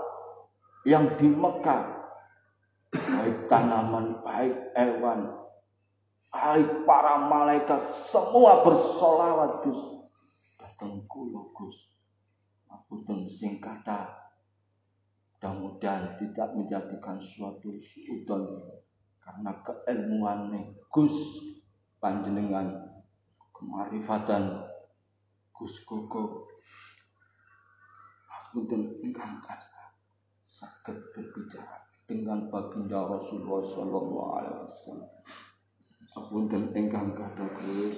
yang di Mekah, baik tanaman, baik hewan, para malaikat semua bersolawat Gus. Datang kula Gus. Ngapunten sing kathah. Mudah-mudahan tidak menjadikan suatu suudon karena keilmuan Gus panjenengan kemarifatan Gus Koko. Ngapunten ingkang kasa saged berbicara dengan baginda Rasulullah sallallahu alaihi wasallam. Ngapunten ingkang kathah Gus.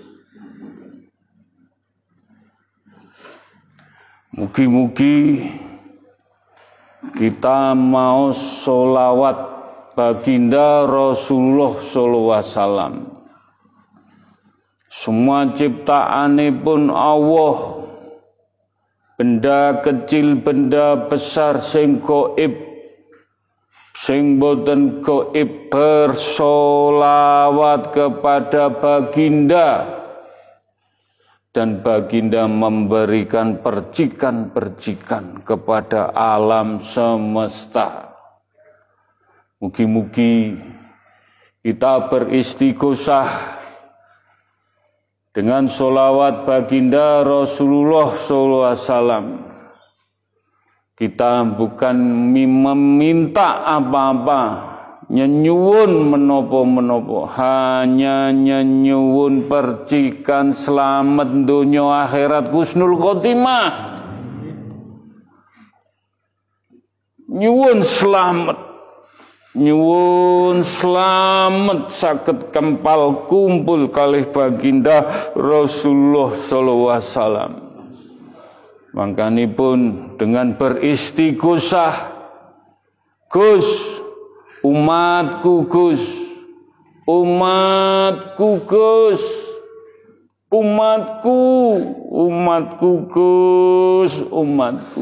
Mugi-mugi kita mau sholawat baginda Rasulullah sallallahu alaihi wasallam. Semua ciptaanipun Allah, benda kecil, benda besar, sing gaib, sing boten gaib, bersolawat kepada baginda. Dan baginda memberikan percikan-percikan kepada alam semesta. Mugi-mugi kita beristighosah dengan sholawat baginda Rasulullah SAW. Kita bukan meminta apa-apa, nyenyuwun menopo-menopo, hanya nyenyuwun percikan selamat dunia akhirat husnul khotimah. Nyuwun selamat saged kempal kumpul kalih baginda Rasulullah sallallahu alaihi wasallam. Mangkanipun dengan beristighosah, Gus, umatku Gus, umatku Gus, umatku Gus, umatku.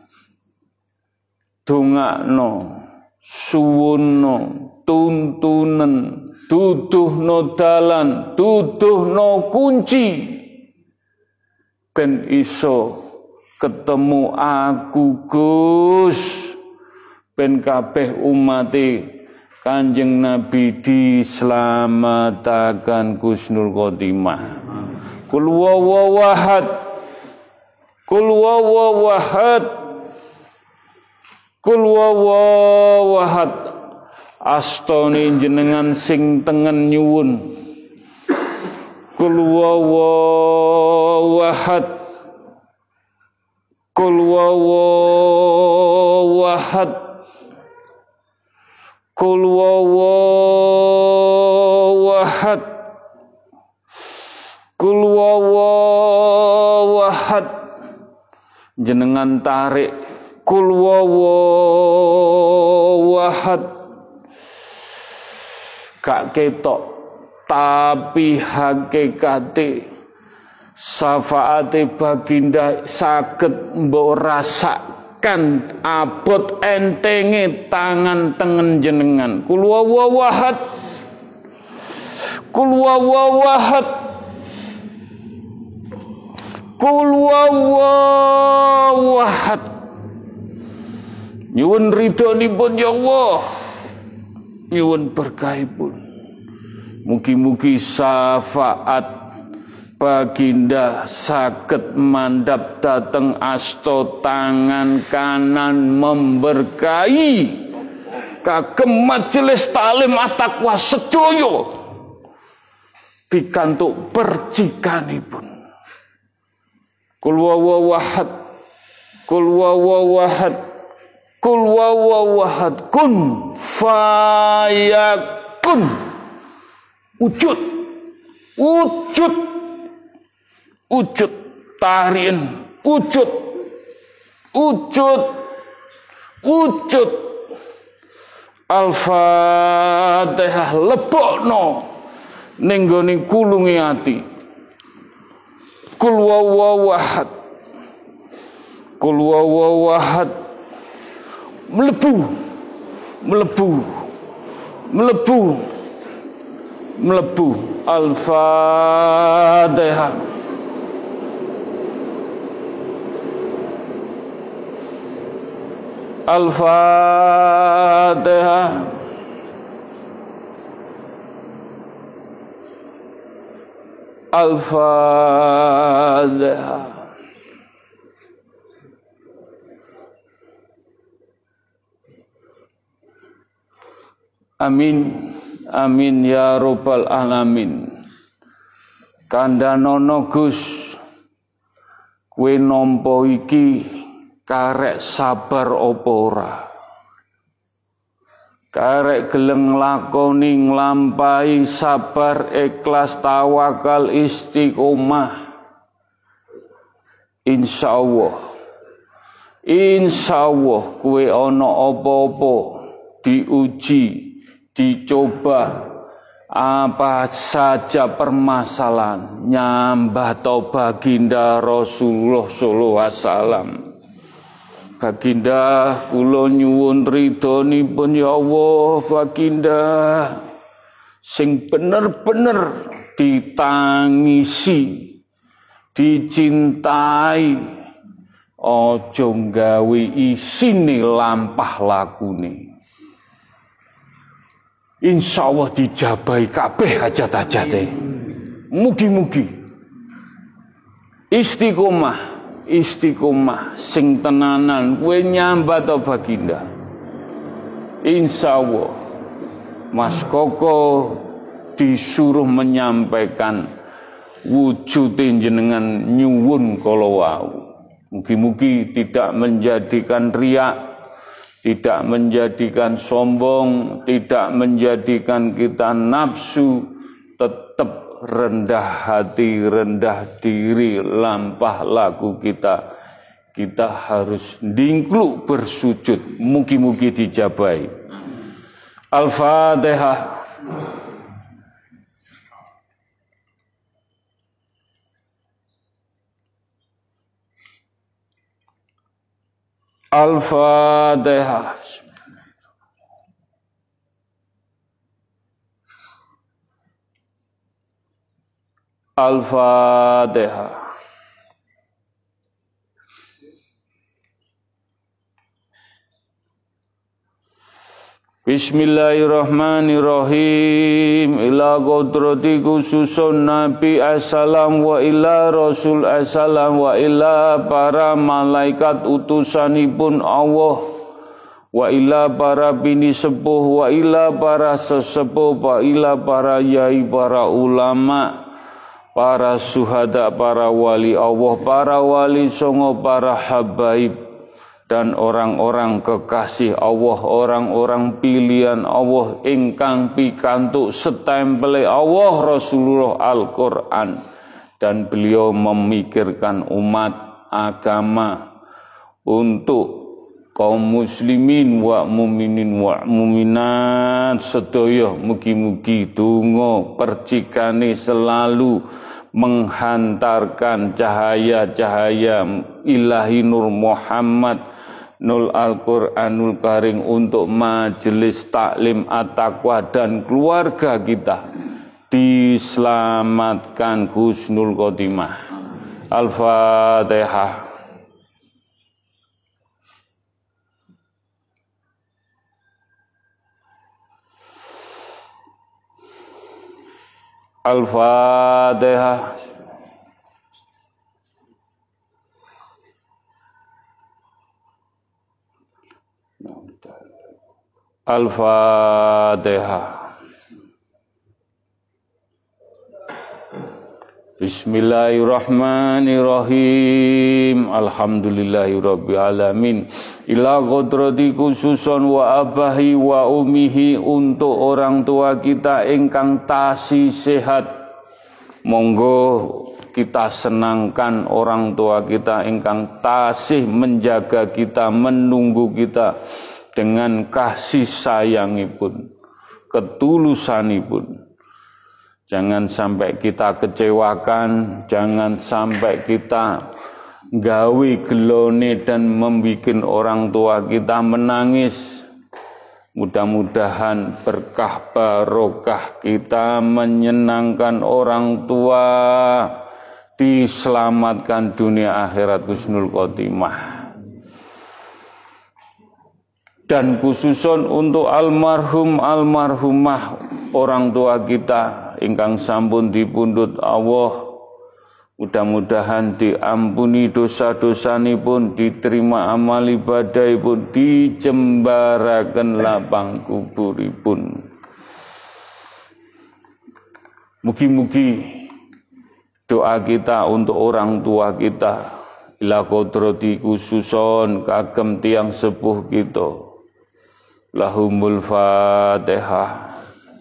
Dongakno, suwunno, tuntunen, duduhno dalan, duduhno kunci, ben iso ketemu aku Gus, ben kabeh umate Kanjeng Nabi dislametaken husnul khotimah. Kul huwallahu ahad, kul huwallahu ahad, kul huwallahu ahad. Astane jenengan sing tengen nyuwun, kul huwallahu ahad, kul huwallahu ahad, kul huwallahu ahad, kul huwallahu ahad. Jenengan tarik kul huwallahu ahad, gak ketok, tapi hakikate syafaate baginda saged mbok rasakan abot entenge tangan tengen jenengan. Kul huwallahu ahad, kul huwallahu ahad, kul huwallahu ahad. Nyuwun ridhonipun ya Allah, nyuwun berkahipun. Mugi-mugi syafaat baginda saged mandhap dateng asta tangan kanan memberkahi kagem majelis taklim at-taqwa sedaya pikantuk percikanipun. Kul huwallahu ahad, kul huwallahu ahad, kul huwallahu ahad, kun fayakun. Wujud, wujud, wujud, tarian, wujud, wujud, wujud. Al-Fatihah lebokno ning gone kulunge ati. Kul huwallahu ahad, kul huwallahu ahad. Mlebu, mlebu, mlebu, mlebu. Al-Fatihah. Al-Fatihah. Al-Fatihah. Amin, amin ya Rabbal alamin. Kandhanono Gus, kowe nampa iki karek sabar apa ora? Karek gelem nglakoni nglampahi sabar, ikhlas, tawakal, istiqomah. Insyaallah kowe ana apa-apa diuji, dicoba apa saja permasalahan, nyambah to baginda Rasulullah sallallahu alaihi wasallam. Baginda kula nyuwun ridhonipun ya Allah, baginda sing bener-bener ditangisi, dicintai, aja gawe isine lampah lakune. Insyaallah dijabahi kabeh hajat-hajate. Mugi-mugi istiqomah sing tenanan kowe nyambat to baginda. Insyaallah Mas Koko disuruh menyampaikan wujude jenengan nyuwun kala wau. Mugi-mugi tidak menjadikan riak, tidak menjadikan sombong, tidak menjadikan kita nafsu, tetap rendah hati, rendah diri, lampah laku kita. Kita harus dingkluk bersujud. Mugi-mugi dijabai. Al-Fatihah. Al-Fatihah. Al-Fatihah. Bismillahirrahmanirrahim. Ila qudrati khususun Nabi assalam wa ila Rasul assalam wa ila para malaikat utusanipun Allah wa ila para bini sepuh wa ila para sesepuh wa ila para yai, para ulama, para syuhada, para wali Allah, para wali songo, para habaib, dan orang-orang kekasih Allah, orang-orang pilihan Allah ingkang pikantuk setempele Allah Rasulullah Al-Quran, dan beliau memikirkan umat agama untuk kaum muslimin wa muminin wa muminat sedaya. Mugi-mugi donga percikane selalu menghantarkan cahaya-cahaya ilahi Nur Muhammad Nul Al-Quranul Karim untuk majelis taklim at-taqwa dan keluarga kita diselamatkan husnul khotimah. Al-Fatihah. Al-Fatihah. Al-Fatihah. Bismillahirrahmanirrahim. Alhamdulillahirabbil alamin. Ila qadrati khususon wa abahi wa umihi, untuk orang tua kita ingkang tasih sehat. Monggo kita senangkan orang tua kita ingkang tasih menjaga kita, menunggu kita dengan kasih sayangipun, ketulusanipun. Jangan sampai kita kecewakan, jangan sampai kita gawe gelone dan membuat orang tua kita menangis. Mudah-mudahan berkah barokah kita menyenangkan orang tua, diselamatkan dunia akhirat husnul khotimah. Dan khususon untuk almarhum almarhumah orang tua kita ingkang sampun dipundhut Allah Mudah-mudahan diampuni dosa-dosanipun, diterima amal ibadahipun, dijembaraken lapang kuburipun. Mugi-mugi doa kita untuk orang tua kita, ila kodrati khususon kagem tiang sepuh kita. Lahumul Fatihah.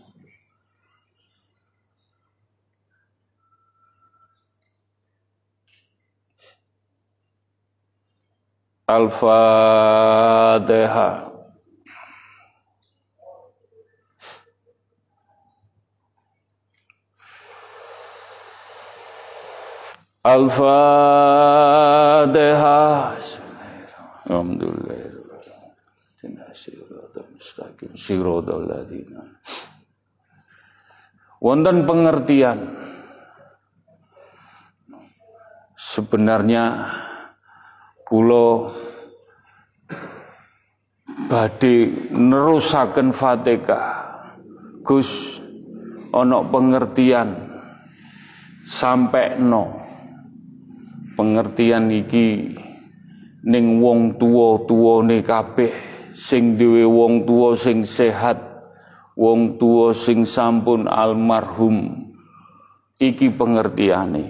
Al-Fatihah. Al-Fatihah. Alhamdulillah. Wonten pengertian. Sebenarnya kula badhe nerusaken Fatihah. Gus ana pengertian sampai no pengertian iki ning wong tuwa-tuwane kabeh sing duwe wong tuwa sing sehat, wong tuwa sing sampun almarhum. Iki pengertiane.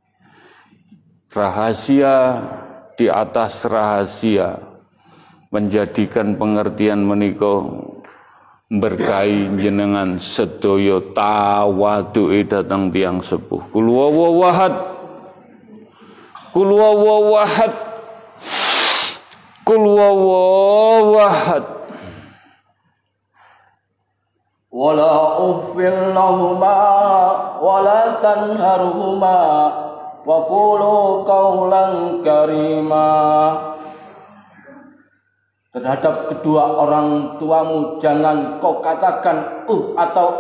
Rahasia di atas rahasia menjadikan pengertian menika berkahi jenengan sedaya tawaduke dhateng tiyang sepuh. Kul huwallahu ahad. Kul huwallahu ahad. Kul huwallahu ahad. Wala uffil lahuma wala tanharhuma wa qulu qawlan karima. Terhadap kedua orang tuamu jangan kau katakan atau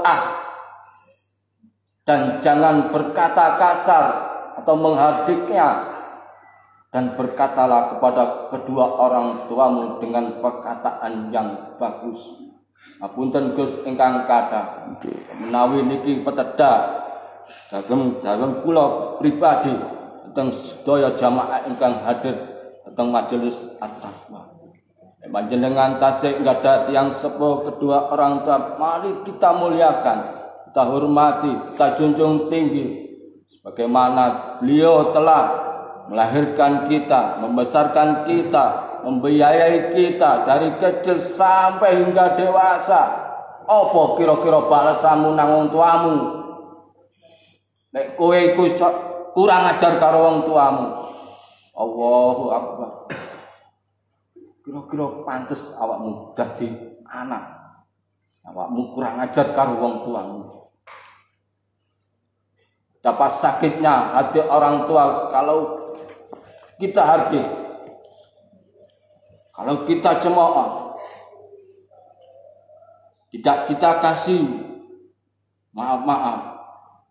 dan jangan berkata kasar atau menghardiknya, dan berkatalah kepada kedua orang tuamu dengan perkataan yang bagus. Apunten Gus ingkang kathah, menawi niki petedha dagem kula pribadi teng sedaya jamaah ingkang hadir teng majelis at-taqwa. Panjenengan tasih nggadhahi tiyang sepuh kedua orang tua, mari kita muliakan, kita hormati, kita junjung tinggi sebagaimana beliau telah melahirkan kita, membesarkan kita, membiayai kita dari kecil sampai hingga dewasa. Apa kira-kira balasanmu nang wong tuamu? Nek kowe iku kurang ajar karo wong tuamu. Allahu Akbar. Kira-kira pantes awakmu dadi anak. Awakmu kurang ajar karo wong tuamu. Dapat sakitnya hati orang tua kalau kita hadir, kalau kita cemooh, tidak kita kasih maaf.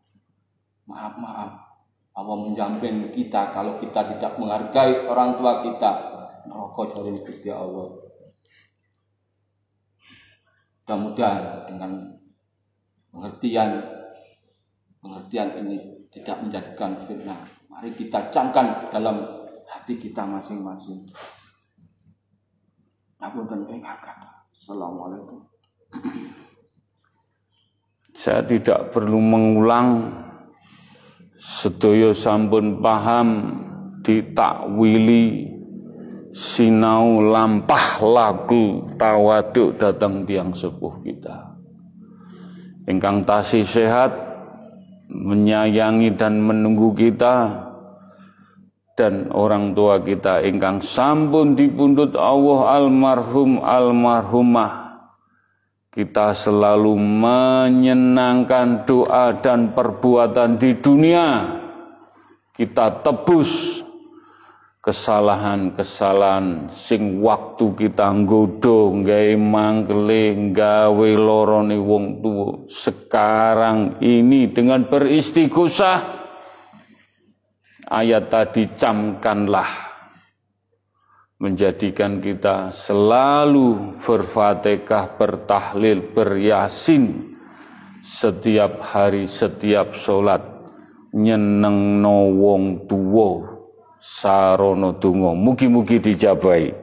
Allah menjamin kita kalau kita tidak menghargai orang tua kita. Neraka jaring Gusti Allah. Mudah-mudahan dengan pengertian ini tidak menjadikan fitnah. Mari kita camkan dalam hati kita masing-masing. Assalamualaikum. Saya tidak perlu mengulang, sedaya sampun paham ditakwili sinau lampah lagu tawaduk datang tiang sepuh kita ingkang tasih sehat, menyayangi dan menunggu kita, dan orang tua kita ingkang sampun dipundhut Allah almarhum almarhumah. Kita selalu menyenangkan doa dan perbuatan di dunia, kita tebus kesalahan-kesalahan sing waktu kita nggodho gawe mangkele gawe lorone wong tuwa. Sekarang ini dengan beristighosah ayat tadi camkanlah, menjadikan kita selalu berfatihah, bertahlil, beryasin setiap hari, setiap sholat. nyenengno wong tuwa sarana donga. Mugi-mugi dijabahi.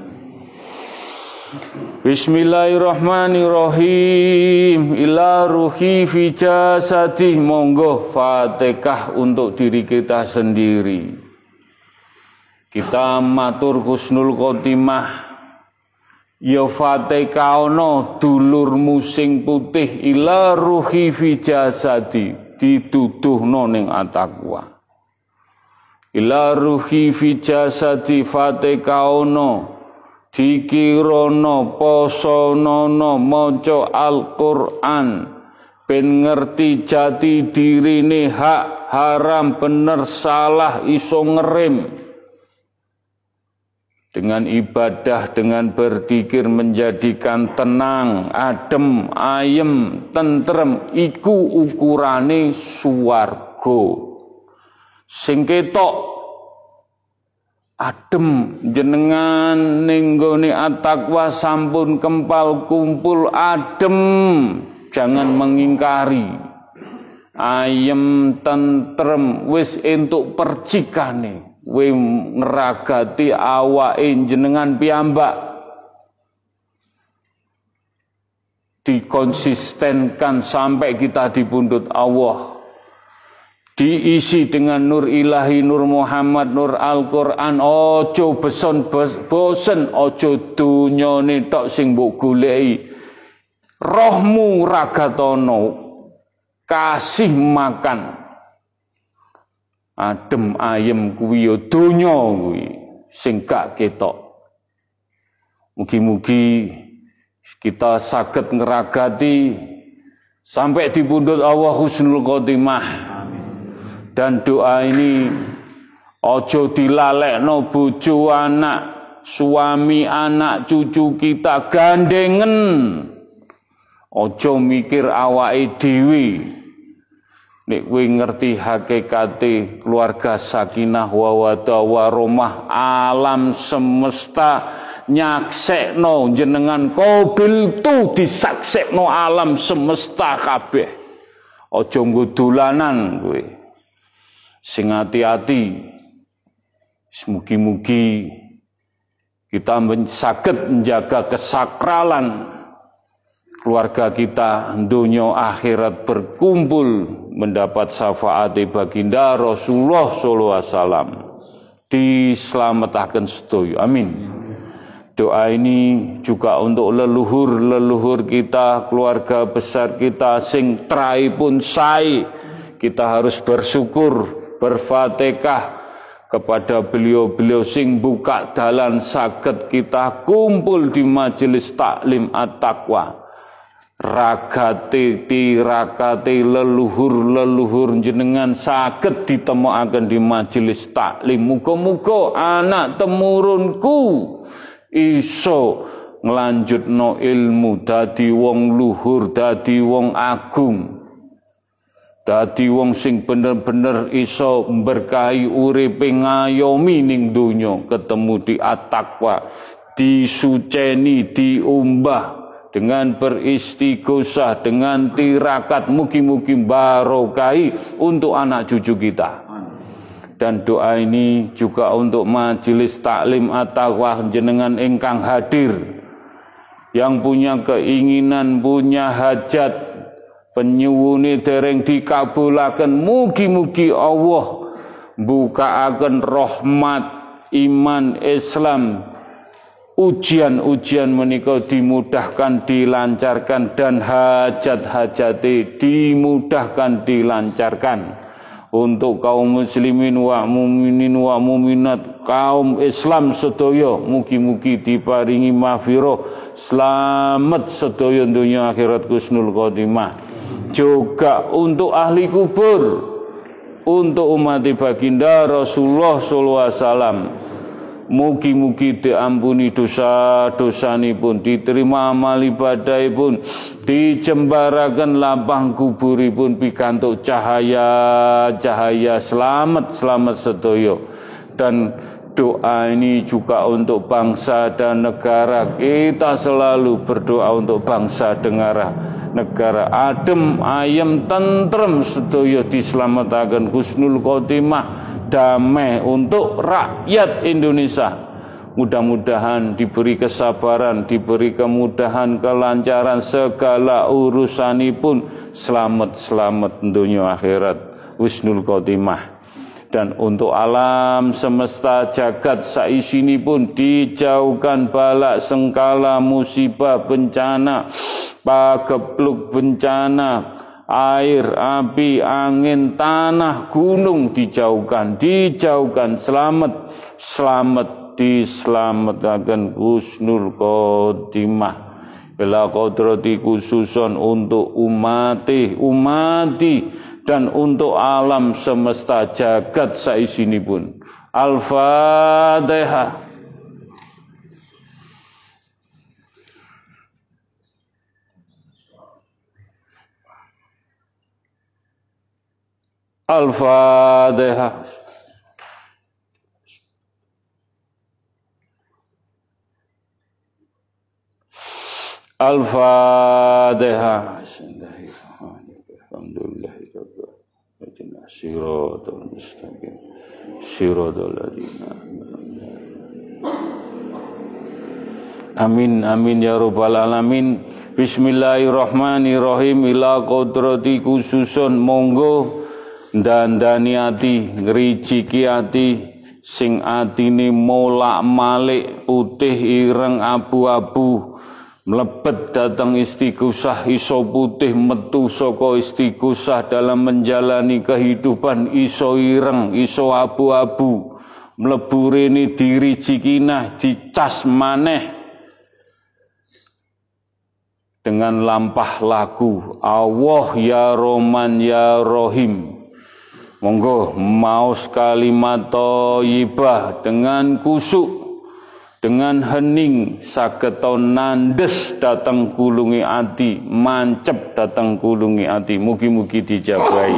Bismillahirrahmanirrahim. Ila ruhi fi jasadi. Monggo Fatihah untuk diri kita sendiri. Kita matur husnul khotimah. Ya Fatihah ana dulurmu sing putih ila ruhi fi jasadi dituduhno ning At-Taqwa. Ila ruhi fi jasadi Fatihah ana dikirono posonono maca Al-Qur'an ben ngerti jati dirine hak haram bener salah iso ngerem dengan ibadah dengan berzikir menjadikan tenang adem ayem tentrem iku ukurane swarga sing ketok adem jenengan ning nggone At-Taqwa sampun kempal kumpul adem jangan mengingkari ayem tentrem wis entuk percikane we ngeragati awake jenengan piyambak dikonsistenkan sampai kita dipundhut Allah diisi dengan nur ilahi, nur Muhammad, nur Al-Quran. Ojo bosen, ojo dunyane tok sing mbok goleki. Rohmu ragatono, kasih makan. Adem ayem kuwi ya donya kuwi sing gak ketok. Mugi-mugi kita saged ngeragati sampai dipundhut Allah husnul khotimah. Dan doa ini ojo dilalekno bojo anak, suami anak, cucu kita gandengen. Ojo mikir awake dhewe. Nek kowe ngerti hakikate keluarga sakinah mawaddah warahmah alam semesta nyaksekno jenengan qabil tu disaksekno alam semesta kabeh. Ojo nggo dolanan kowe. Sing hati-hati, mugi-mugi kita saged menjaga kesakralan keluarga kita, dunia akhirat berkumpul mendapat syafaat baginda Rasulullah sallallahu alaihi wasallam dislametaken sedaya. Amin. Doa ini juga untuk leluhur-leluhur kita, keluarga besar kita sing traipun sae. Kita harus bersyukur berfatihah kepada beliau-beliau sing buka dalan saged kita kumpul di majelis taklim At-Taqwa. Ragate tirakate leluhur-leluhur jenengan saged ditemokaken di majelis taklim. Muga-muga anak temurunku iso nglanjutno ilmu dadi wong luhur, dadi wong agung. Dadi wong sing bener-bener iso berkahi uripe ngayomi ning donya ketemu di At-Taqwa disuceni diumbah dengan beristighosah dengan tirakat mugi-mugi barokahi untuk anak cucu kita. Dan doa ini juga untuk majelis taklim At-Taqwa jenengan ingkang hadir yang punya keinginan punya hajat penyuwune dereng dikabulaken mugi-mugi Allah bukaaken rahmat iman Islam ujian-ujian menika dimudahkan dilancarkan dan hajat-hajate dimudahkan dilancarkan untuk kaum muslimin wa mukminin wa mukminat kaum Islam sedaya mugi-mugi diparingi maghfirah selamat sedaya dunya akhirat husnul khotimah. Juga untuk ahli kubur, untuk umat baginda Rasulullah sallallahu alaihi wasallam. Mugi-mugi diampuni dosa-dosanipun, diterima amal ibadahipun, dijembaraken lapang kuburipun pikantuk cahaya-cahaya selamat sedaya. Dan doa ini juga untuk bangsa dan negara. Kita selalu berdoa untuk bangsa dan negara. negara adem ayem tentrem sedaya dislametaken husnul khotimah damai untuk rakyat Indonesia. Mudah-mudahan diberi kesabaran, diberi kemudahan, kelancaran segala urusanipun, selamat dunia akhirat, husnul khotimah. Dan untuk alam semesta jagat saisinipun dijauhkan bala sengkala musibah bencana, pagebluk bencana, air, api, angin, tanah, gunung dijauhkan, selamat diselamatkan husnul khotimah bila kodrati khususon untuk umati dan untuk alam semesta jagat saisinipun. Al-Fatihah. Al-Fatihah. Al-Fatihah. Alhamdulillahirabbil siratal mustaqim siratal ladzina. Amin amin ya rabbal alamin. Bismillahirrahmanirrahim. Ila kodrati khususun monggo dandani ati ngrijiki ati sing atine molak-malik putih ireng abu-abu mlebet datang istighosah iso putih metu saka istighosah dalam menjalani kehidupan iso ireng iso abu-abu mlebu rene diri jikinah dicas maneh dengan lampah lagu Allah ya Rahman ya Rahim. Monggo maos kalimat thayyibah dengan kusuk dengan hening sageta nandes datang kulungi ati, mancep datang kulungi ati, mugi-mugi dijabahi.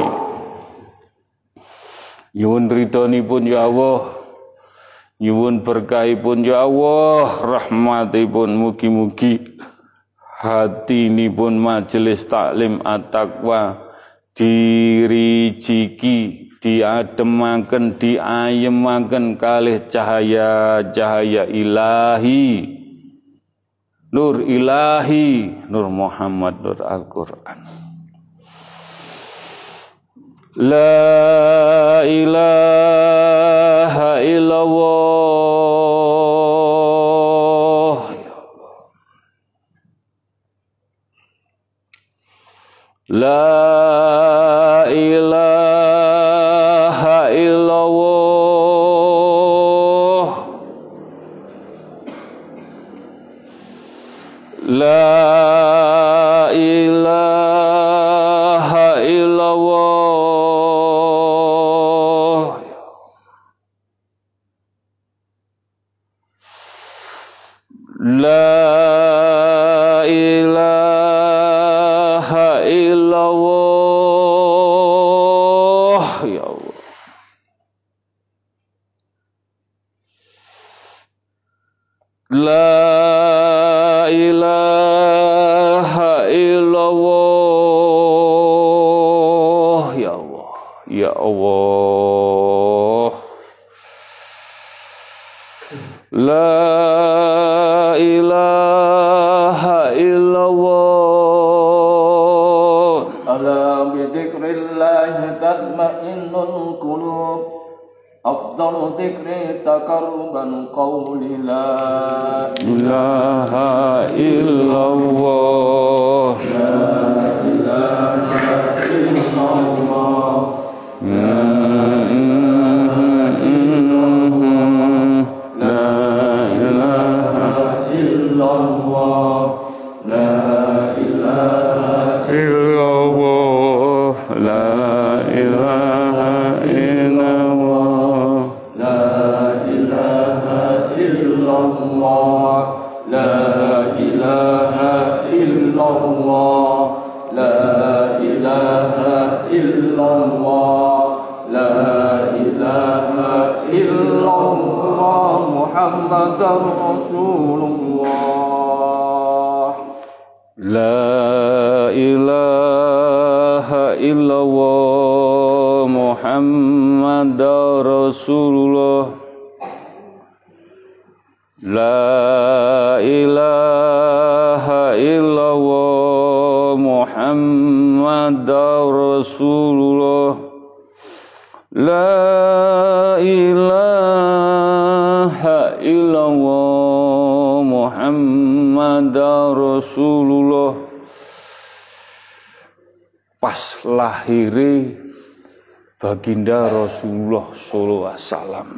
Nyuwun ridhonipun ya Allah, nyuwun berkahipun ya Allah, rahmatipun mugi-mugi hatinipun majelis taklim at-taqwa dirijiki diademaken diayemaken kalih cahaya ilahi nur Muhammad nur Al-Qur'an. La ilaha illallah. La ilaha illallah. La ilaha illallah. La ilaha illallah. Ya Allah. La ilaha illallah. Ya Allah. Ya Allah. La ilaha illallah. Ala bidzikrillah tatma'innul qulub. Afdalu dzikri taqarruban qawli la ilaha illallah. La ilaha illallah. La Muhammadar Rasulullah. La ilaha illallah Muhammadar Rasulullah. La ilaha illallah Muhammadar Rasulullah. Pas lahire baginda Rasulullah sallallahu alaihi wasallam.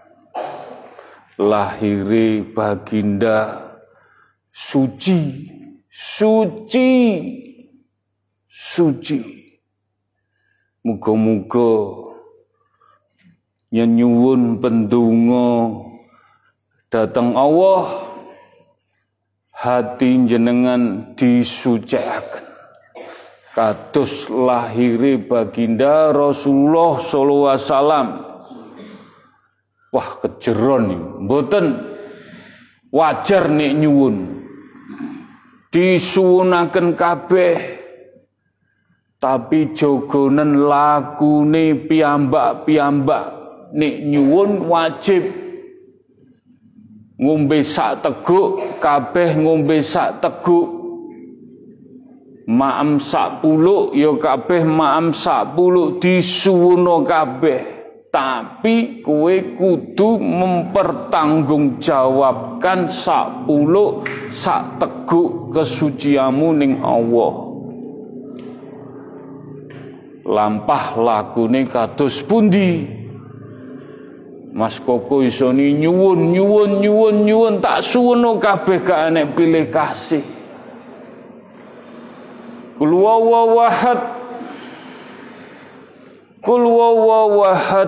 Lahire baginda suci, suci, suci. Muga-muga nyuwun pendonga dateng Allah, hati jenengan disucikaken kados lahire baginda Rasulullah sallallahu alaihi wasallam. Wah, kejeron nih, mboten wajar nek nyuwun disuwunaken kabeh, tapi jogonen lakune piyambak-piyambak nek nyuwun wajib ngombe sak teguk, kabeh ngombe sak teguk. Maem sak puluk ya kabeh maem sak puluk disuwuna kabeh. Tapi kowe kudu mempertanggungjawabkan sak puluk sak teguk kesuciamu ning Allah. Lampah lakune kados pundi? Mas Koko isoni nyuwun tak suwono kabeh gak enek pilih kasih. Kul huwallahu ahad. Kul huwallahu ahad.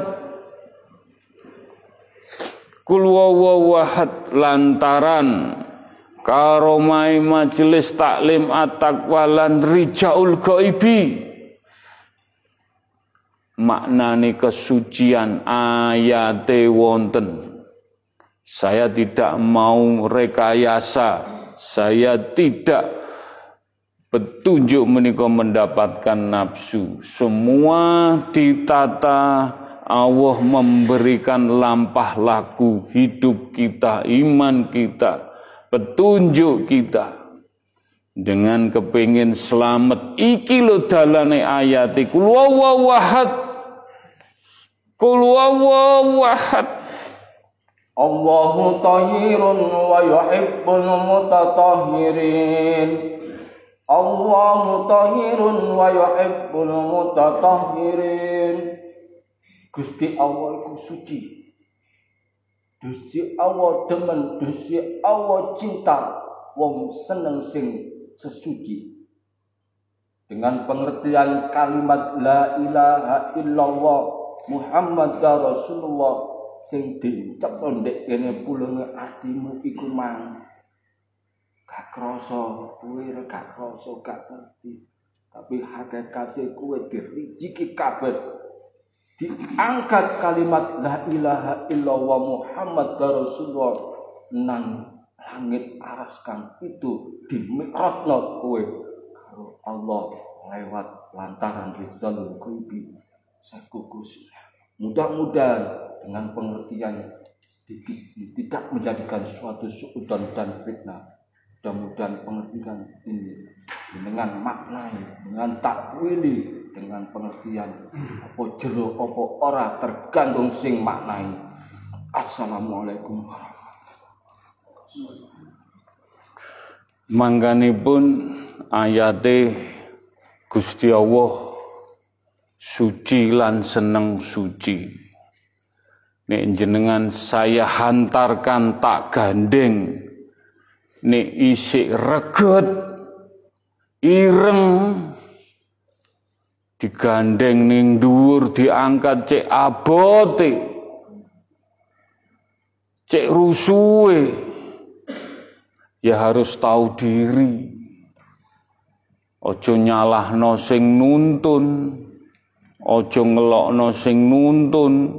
Kul huwallahu ahad lantaran karomai majelis taklim at-taqwa lan rijaul ghaibi. Maknane kesucian ayate wonten. Saya tidak mau rekayasa, saya tidak petunjuk menika mendapatkan nafsu. Semua ditata, Allah memberikan lampah laku hidup kita, iman kita, petunjuk kita. Dengan kepingin selamat, iki lho dalane ayat Kul huwallahu ahad. Kul huwallahu ahad. Allahu tahirun wa yuhibbul mutatahhirin. Allahu tahirun wa yuhibbul mutatahhirin. Gusti Allah iku suci. Gusti Allah demen, Gusti Allah cinta wong seneng sing sesuci. Dengan pengertian kalimat la ilaha illallah Muhammadar Rasulullah sing diucapno ndek kene pulunge atimu iku mang gak krasa, kowe gak krasa, gak ngerti. Tapi hakikate kowe dirijiki kabeh. Diangkat kalimat la ilaha illallah Muhammadar Rasulullah nang langit aras kang itu dimikrotno kowe karo Allah lewat lantaran rizal ghaibi sakukus. Mudah-mudahan dengan pengertian sedikit tidak menjadikan suatu suudzon dan fitnah. Mudah-mudahan pengertian ini dengan makna, dengan takwili, dengan pengertian apa jero apa ora tergantung sing maknai. Assalamualaikum. Mangkanipun ayate Gusti Allah suci lan seneng suci. Nek jenengan saya hantarkan tak gandeng, nek isik reget ireng digandeng ning dhuwur diangkat cek abote cek rusuhe, ya harus tahu diri. Ojo nyalahno sing nuntun, ojo ngelokno sing nuntun,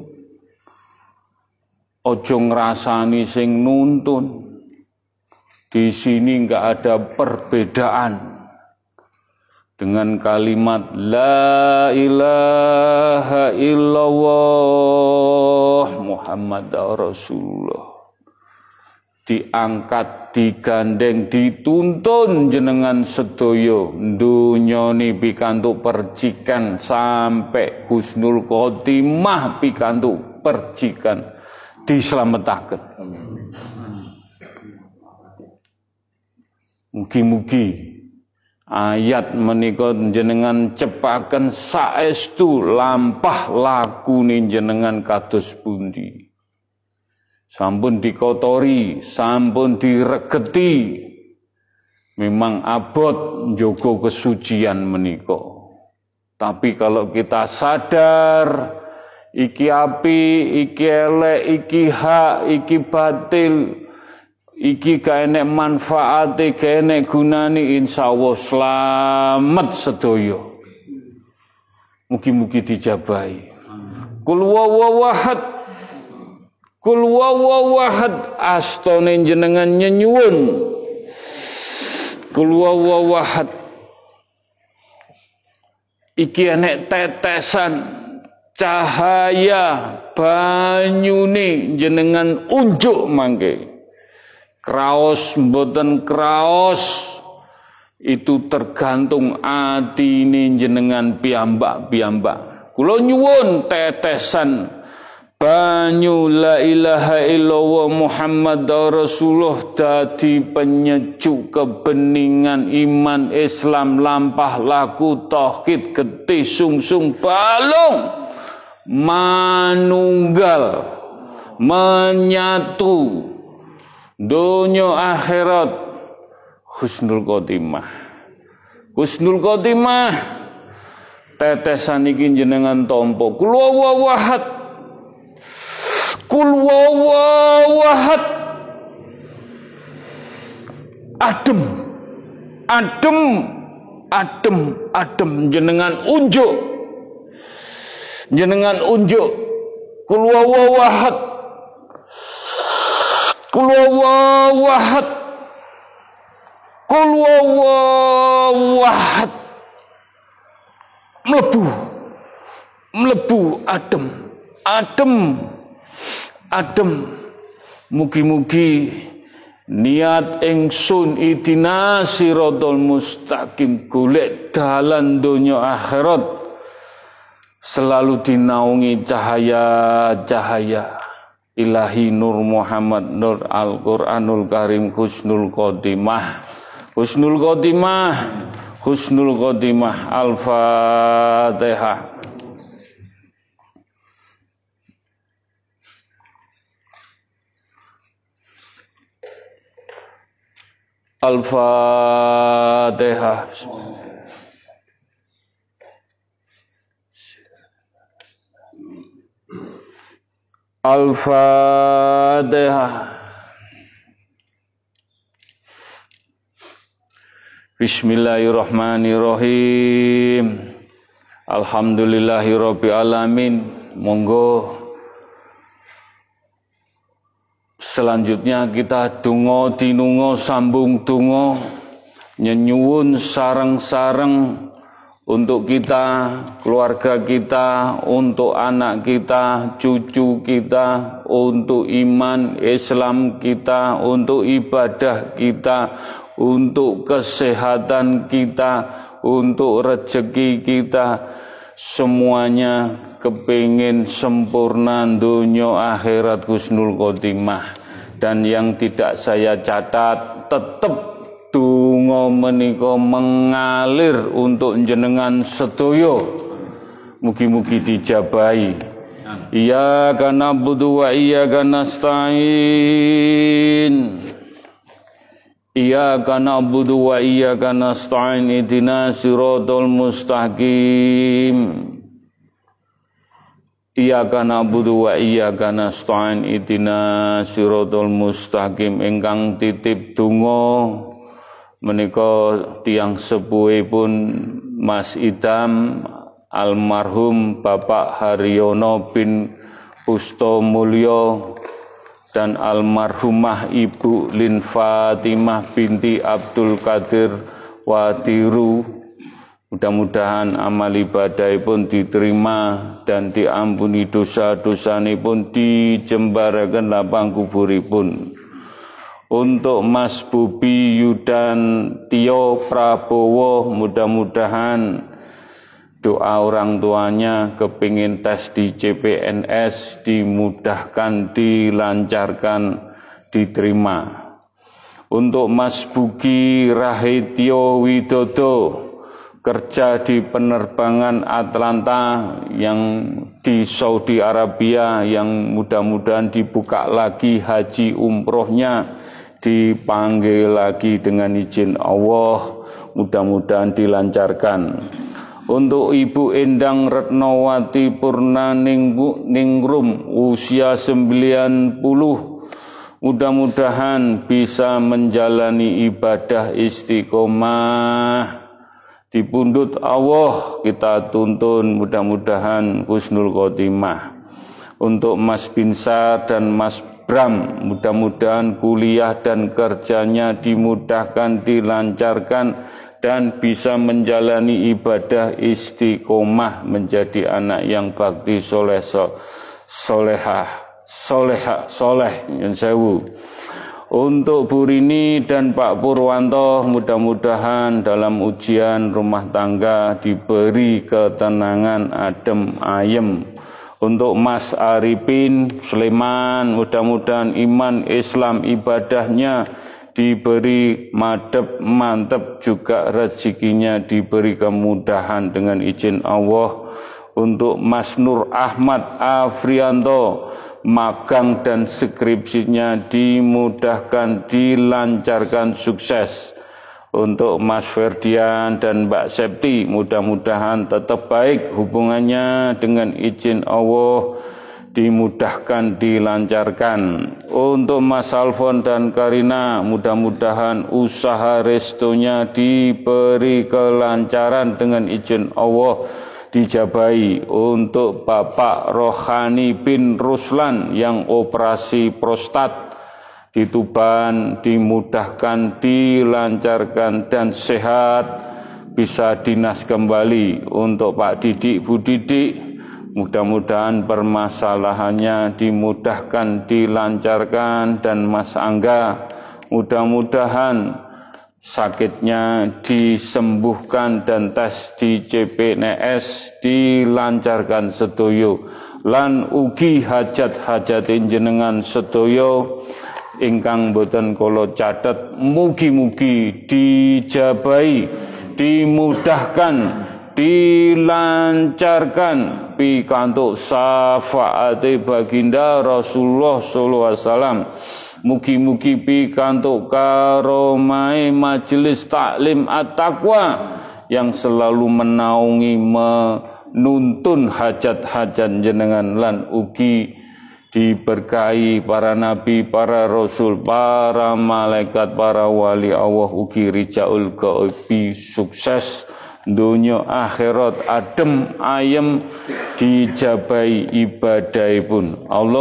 ojo ngrasani sing nuntun. Di sini enggak ada perbedaan. dengan kalimat La ilaha illallah Muhammad Rasulullah. Diangkat, digandeng, dituntun jenengan sedaya donya ni pikantuk percikan sampai husnul khotimah pikantuk percikan dislametaken. Mugi-mugi ayat menika jenengan cepaken saestu lampah lakune jenengan kados pundi. Sampun dikotori, sampun diregeti. Memang abot njogo kesucian menika. Tapi kalau kita sadar iki api, iki elek, iki hak, iki batil, iki gak enek manfaate, gak enek gunane, insyaallah slamet sedaya. Mugi-mugi dijabahi. Qul huwallahu ahad. Qul huwallahu ahad, astane jenengan nyenyuwun. Qul huwallahu ahad. Iki enek tetesan cahaya banyune jenengan unjuk mangke. Kraos mboten kraos itu tergantung atine jenengan piyambak-piyambak. Kula nyuwun tetesan banyu la ilaha illallah Muhammad Rasulullah dadi penyejuk kebeningan iman Islam lampah laku tauhid getih sungsung balung manunggal menyatu dunya akhirat husnul khotimah. Husnul khotimah tetesan iki jenengan tampa. Qul huwallahu ahad. Qul huwallahu ahad. Adem, adem, adem, adem jenengan unjuk. Jenengan unjuk. Qul huwallahu ahad. Qul huwallahu ahad. Qul huwallahu ahad. Mlebu adem, adem, adem. Mugi-mugi niat ingsun idina siratal mustaqim golek dalan donya akhirat selalu dinaungi cahaya-cahaya ilahi nur Muhammad nur Al-Qur'anul Karim husnul khotimah. Husnul khotimah, husnul khotimah. Al-Fatihah. Al-Fatihah. Al-Fatihah. Bismillahirrahmanirrahim. Alhamdulillahirabbil alamin. Monggo selanjutnya kita donga dinunga sambung donga nyenyuwun sareng-sareng untuk kita, keluarga kita, untuk anak kita, cucu kita, untuk iman Islam kita, untuk ibadah kita, untuk kesehatan kita, untuk rezeki kita, semuanya kepingin sempurna dunia akhirat husnul khotimah. Dan yang tidak saya catat tetap donga menika mengalir untuk jenengan sedaya. Mugi-mugi dijabahi. Iyyaka na'budu wa iyyaka nasta'in. Iyyaka na'budu wa iyyaka nasta'in. Ihdinas siratal mustaqim. Iyyaka na'budu wa iyyaka nasta'in. Ihdinas siratal mustaqim. Ingkang titip donga menika tiyang sepuhipun Mas Idam almarhum Bapak Haryono bin Pustomulyo dan almarhumah Ibu Lin Fatimah binti Abdul Qadir Wadiru Mudah-mudahan amal ibadahipun diterima dan diampuni dosa-dosanipun, dijembaraken lapang kuburipun. Untuk Mas Bobi Yudan Tio Prabowo, mudah-mudahan doa orang tuanya kepingin tes di CPNS dimudahkan, dilancarkan, diterima. Untuk Mas Bugi Rahityo Widodo, kerja di penerbangan Atlanta yang di Saudi Arabia, yang mudah-mudahan dibuka lagi haji umrohnya, dipanggil lagi dengan izin Allah, mudah-mudahan dilancarkan. Untuk Ibu Endang Retnowati Purna Ningrum, usia 90, mudah-mudahan bisa menjalani ibadah istiqomah. Dipundhut Allah kita tuntun, mudah-mudahan husnul khotimah. Untuk Mas Binsar dan Mas Bram, mudah-mudahan kuliah dan kerjanya dimudahkan, dilancarkan, dan bisa menjalani ibadah istiqomah, menjadi anak yang bakti soleh, soleh, yang sewu. Untuk Bu Rini dan Pak Purwanto, mudah-mudahan dalam ujian rumah tangga diberi ketenangan, adem ayem. Untuk Mas Arifin Sleman, mudah-mudahan iman Islam ibadahnya diberi madep, mantep, juga rezekinya diberi kemudahan dengan izin Allah. Untuk Mas Nur Ahmad Afrianto, magang dan skripsinya dimudahkan, dilancarkan, sukses. Untuk Mas Ferdian dan Mbak Septi, mudah-mudahan tetap baik hubungannya dengan izin Allah, dimudahkan, dilancarkan. Untuk Mas Alfon dan Karina, mudah-mudahan usaha restonya diberi kelancaran dengan izin Allah, dijabai. Untuk Bapak Rohani bin Ruslan yang operasi prostat di Tuban, dimudahkan, dilancarkan, dan sehat, bisa dinas kembali. Untuk Pak Didik, Bu Didik, mudah-mudahan permasalahannya dimudahkan, dilancarkan, dan Mas Angga, mudah-mudahan sakitnya disembuhkan dan tes di CPNS dilancarkan sedoyo. Lan ugi hajat-hajat jenengan sedoyo ingkang boten kula catet, mugi-mugi dijabahi, dimudahkan, dilancarkan pikantuk syafaate baginda Rasulullah sallallahu alaihi wasallam. Mugi-mugi pikantuk karomai majelis taklim at-taqwa yang selalu menaungi, menuntun hajat-hajat jenengan, lan ugi diberkahi para nabi, para rasul, para malaikat, para wali Allah, ugi rijaul ghaibi, sukses dunya akhirat, adem ayem, dijabai ibadahipun.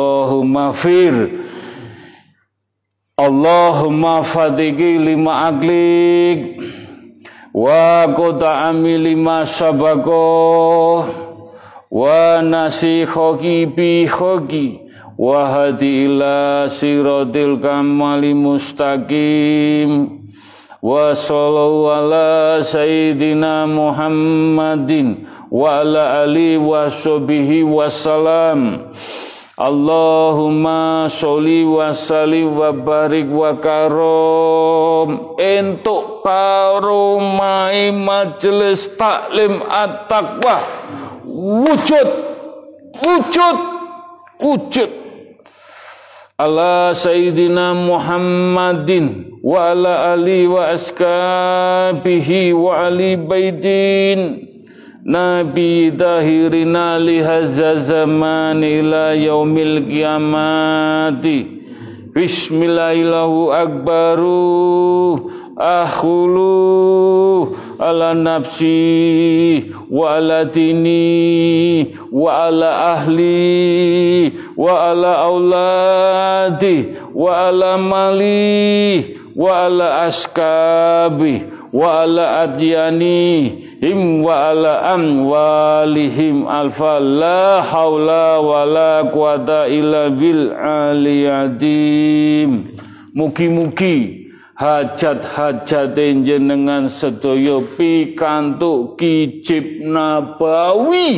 Allahumma fatiki lima aklik wa qota'ami lima sabako wa nasikhoki bikhoki wa hadi ila siratil kamali mustaqim wa sallallahu ala sayyidina Muhammadin wa ala alihi wa sahbihi wassalam. Allahumma sholli wa sallim wa barik wa karom entuk karomai majelis taklim at-taqwa wujud ala sayyidina Muhammadin wa ala alihi wa askabihi wa ali baitin Nabi dahirina lihazza zaman ila yaumil qiyamati. Bismillahillahu akbaru akhulu ala nafsi wa ala dini wa ala ahli wa ala auladi wa ala mali wa ala askabi wa ala adyanihim wa ala amwalihim alfa la haula wa la quwata illa bil aliyadim. Mugi-mugi hajat-hajat jenengan sedaya pikantuk kijib nabawi,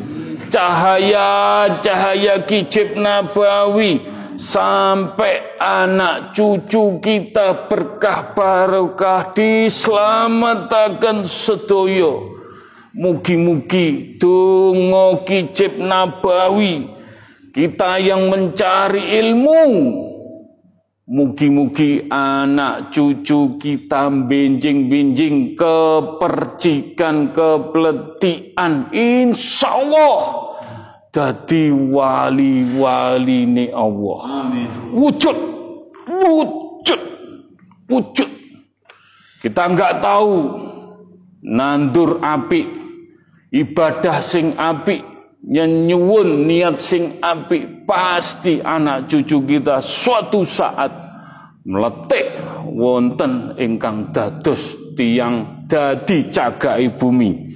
cahaya-cahaya kijib nabawi, sampai anak cucu kita berkah barokah dislametaken sedaya. Mugi-mugi donga kijib nabawi kita yang mencari ilmu, mugi-mugi anak cucu kita benjing-benjing kepercikan kepletian, insyaallah dadi wali-wali ni Allah. Amin. Wujud. Kita enggak tahu nandur apik, ibadah sing apik, nyuwun niat sing apik, pasti anak cucu kita suatu saat meletik wonten ingkang dados tiyang dadi cagake bumi.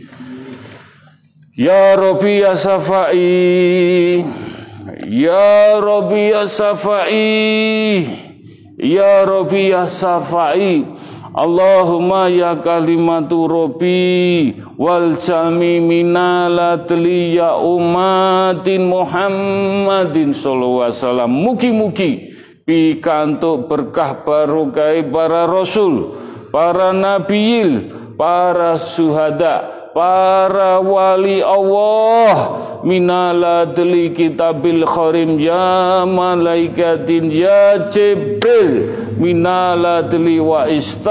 Ya Rabbi ya Safai, ya Rabbi ya Safai, ya Rabbi ya Safai, Allahumma ya kalimatu Rabbi wal jami minalatli ya umatin Muhammadin sallallahu alaihi wasallam. Mugi-mugi pikantuk berkah barokah para rasul, para nabiyil, para syuhada, para wali Allah, minaladli kitabil kharim ya malaikatin ya Jibril, minaladli wa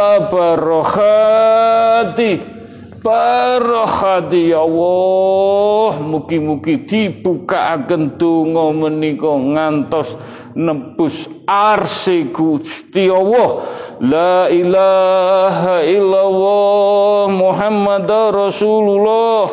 istabarohati barohati ya Allah. Mugi-mugi dibukaaken donga menika ngantos nebus arse Gusti Allah. La ilaha illallah Muhammadar Rasulullah.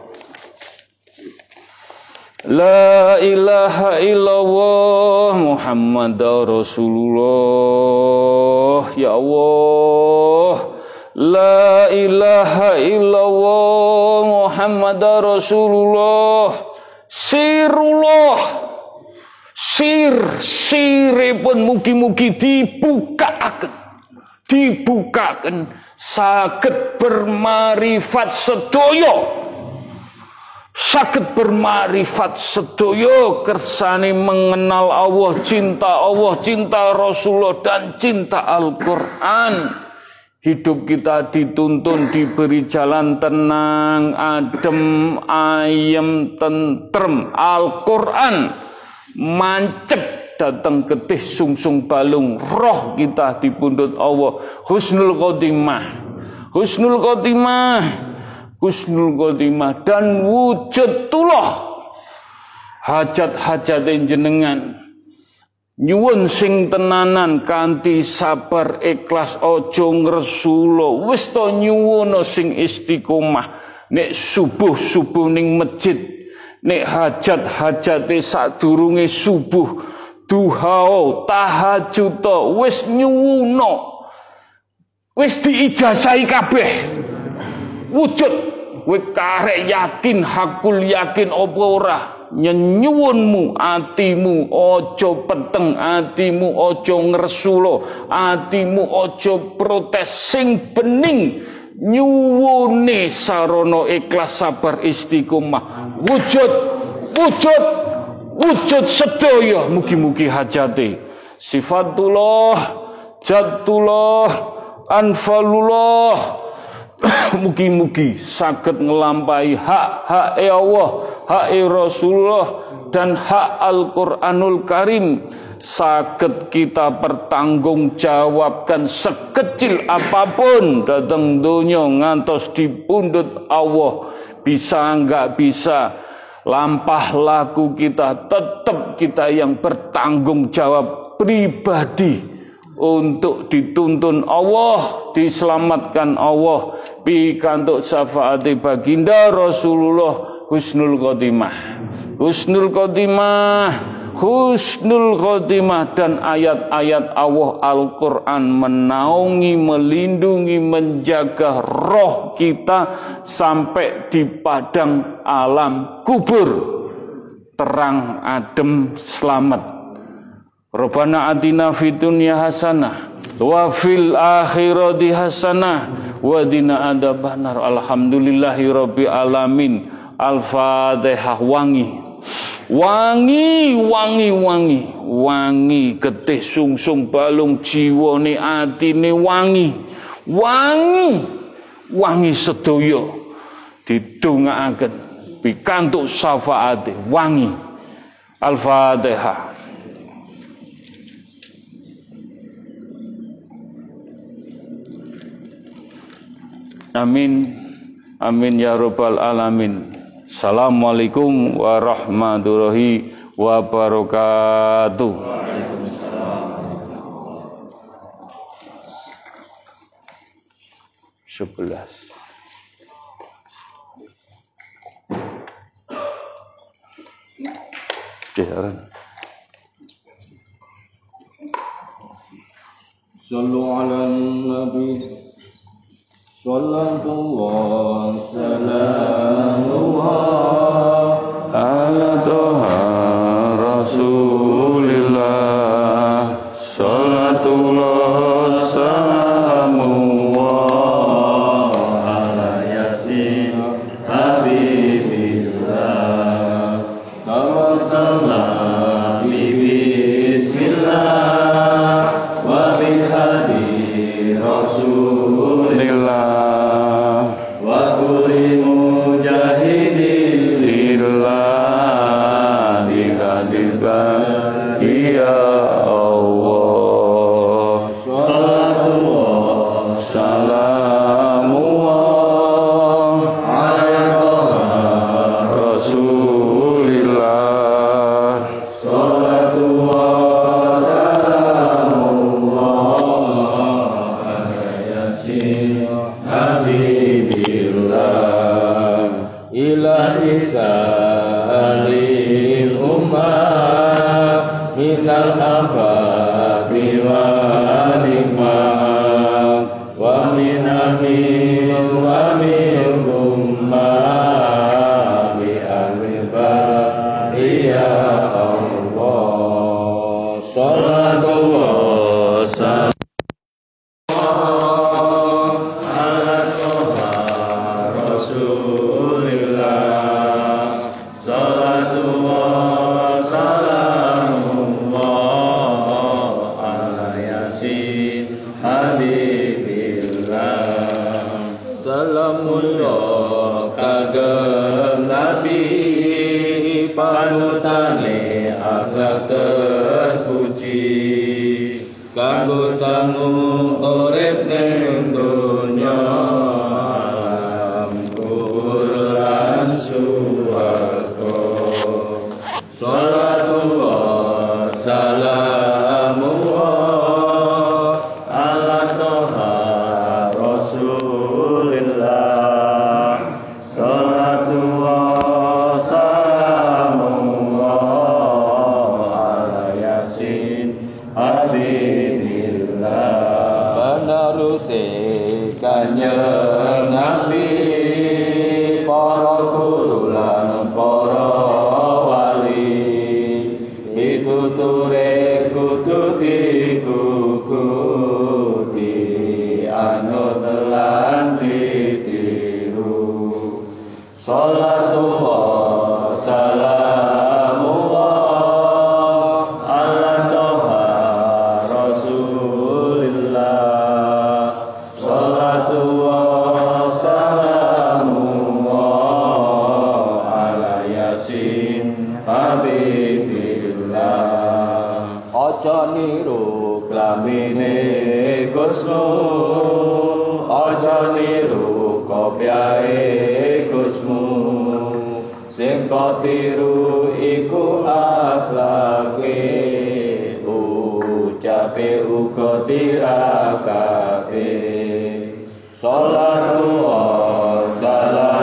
La ilaha illallah Muhammadar Rasulullah. Ya Allah, la ilaha illallah Muhammadar Rasulullah. Sirullah, siripun mugi-mugi dibukakan saged bermarifat sedaya, saged bermarifat sedaya kersane mengenal Allah, cinta Rasulullah dan cinta Al-Qur'an. Hidup kita dituntun diberi jalan tenang, adem, ayem, tentrem. Al-Qur'an mancep datang getih sungsung balung, roh kita dipundhut Allah. Husnul khotimah dan wujudullah hajat-hajat jenengan. Nyuwun sing tenanan kanthi sabar ikhlas, aja ngresula. Wis to nyuwun sing istiqomah. Nek subuh ning masjid, nek hajat-hajate sadurunge subuh, duha, tahajud, wis nyuwuna, wis diijazahi kabeh. Wujud, kowe karek yakin, hakul yakin apa ora, nyuwunmu atimu aja peteng, atimu aja ngresula, atimu aja protes, sing bening nyuwune sarana ikhlas sabar istiqomah. Wujud sedaya mugi-mugi hajate sifatullah, jatullah, anfalullah. Mugi-mugi saged ngelampahi hak Allah, hak Rasulullah dan hak Al-Qur'anul Karim. Saged kita pertanggungjawabkan sekecil apapun datang dunia ngantos dipundhut Allah. Bisa enggak bisa, lampah laku kita, tetap kita yang bertanggung jawab pribadi untuk dituntun Allah, diselamatkan Allah, pikantuk syafaati baginda Rasulullah. Husnul khotimah, husnul khotimah, dan ayat-ayat Allah Al-Quran menaungi, melindungi, menjaga roh kita sampai di padang alam kubur terang adem selamat. Rabbana atina fid dunya hasanah wa fil akhirati hasanah wa qina adzabannar. Alhamdulillahirabbil alamin. Al-Fatihah. Wangi getih sungsung balung jiwane atine wangi sedaya didongaaken pikantuk syafaate wangi. Al-Fatihah. Amin, amin ya rabbal alamin. Assalamualaikum warahmatullahi wabarakatuh. 11. Jalan. Sallu ala nabi. Sallallahu salamullah ala toha rasulillah. Salatullah salamullah ala yasin habibillah. Tawassalam bismillah wa bihadi rasulillah.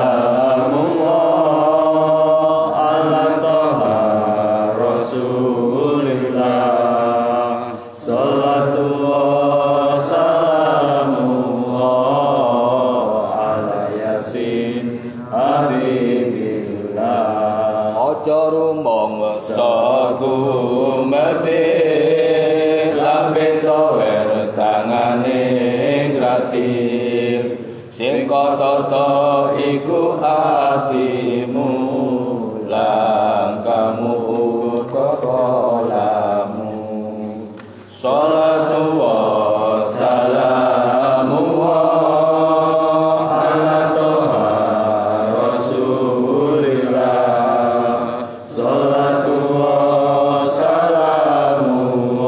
Rasul gumedhe lambe tower tangane gratis sing tata iku atimu langkamu kolamu salatu wa salamu ala toha rasulillah salatu wa salamu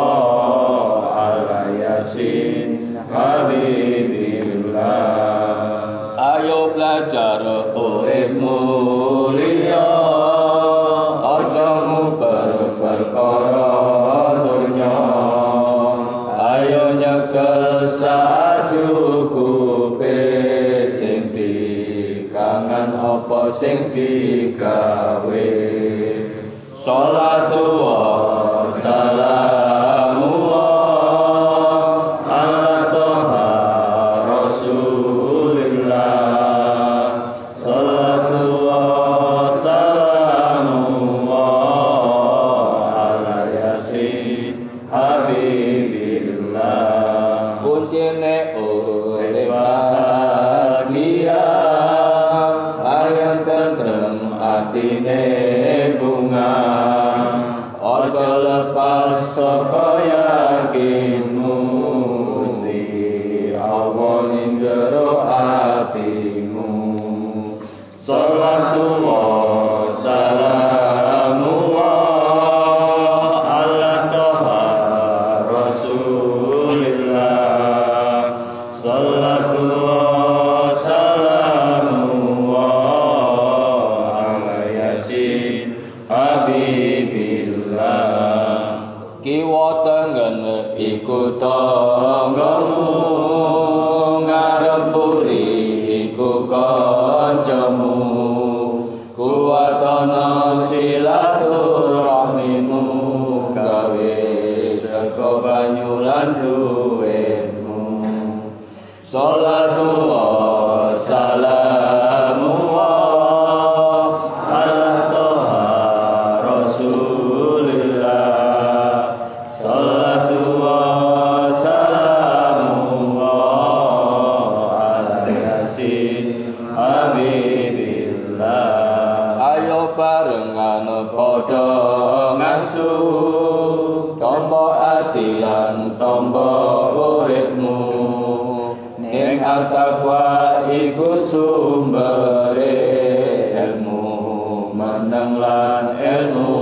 ala yasin habibillah. Ayo belajar urip mulia aja nguber perkara dunya ayo nyekel sacukupe sing dikangen apa sing digawe sholatu wa salamu ala toha rasulillah sholatu wa salamu ala yasin habibillah. Kuncine urip bahagia ayam tentrem atine bunga ojo lepas saka yakinmu Gusti Allah ning jero atimu sholatu wa salamu ala toha rasulillah sholatu wa salamu ala yasin habibillah. Kiwa tengen iku tanggamu ngarep buri iku kancamu kuwatana silaturahmimu gawe saka banyu lan duwemu sholatu wa salamu ala toha rasulillah sholatu wa salamu ala yasin habibillah. Ayo barengan padha ngasu tombo ati lan tombo uripmu ning at-taqwa iku sumbere ilmu meneng lan ilmu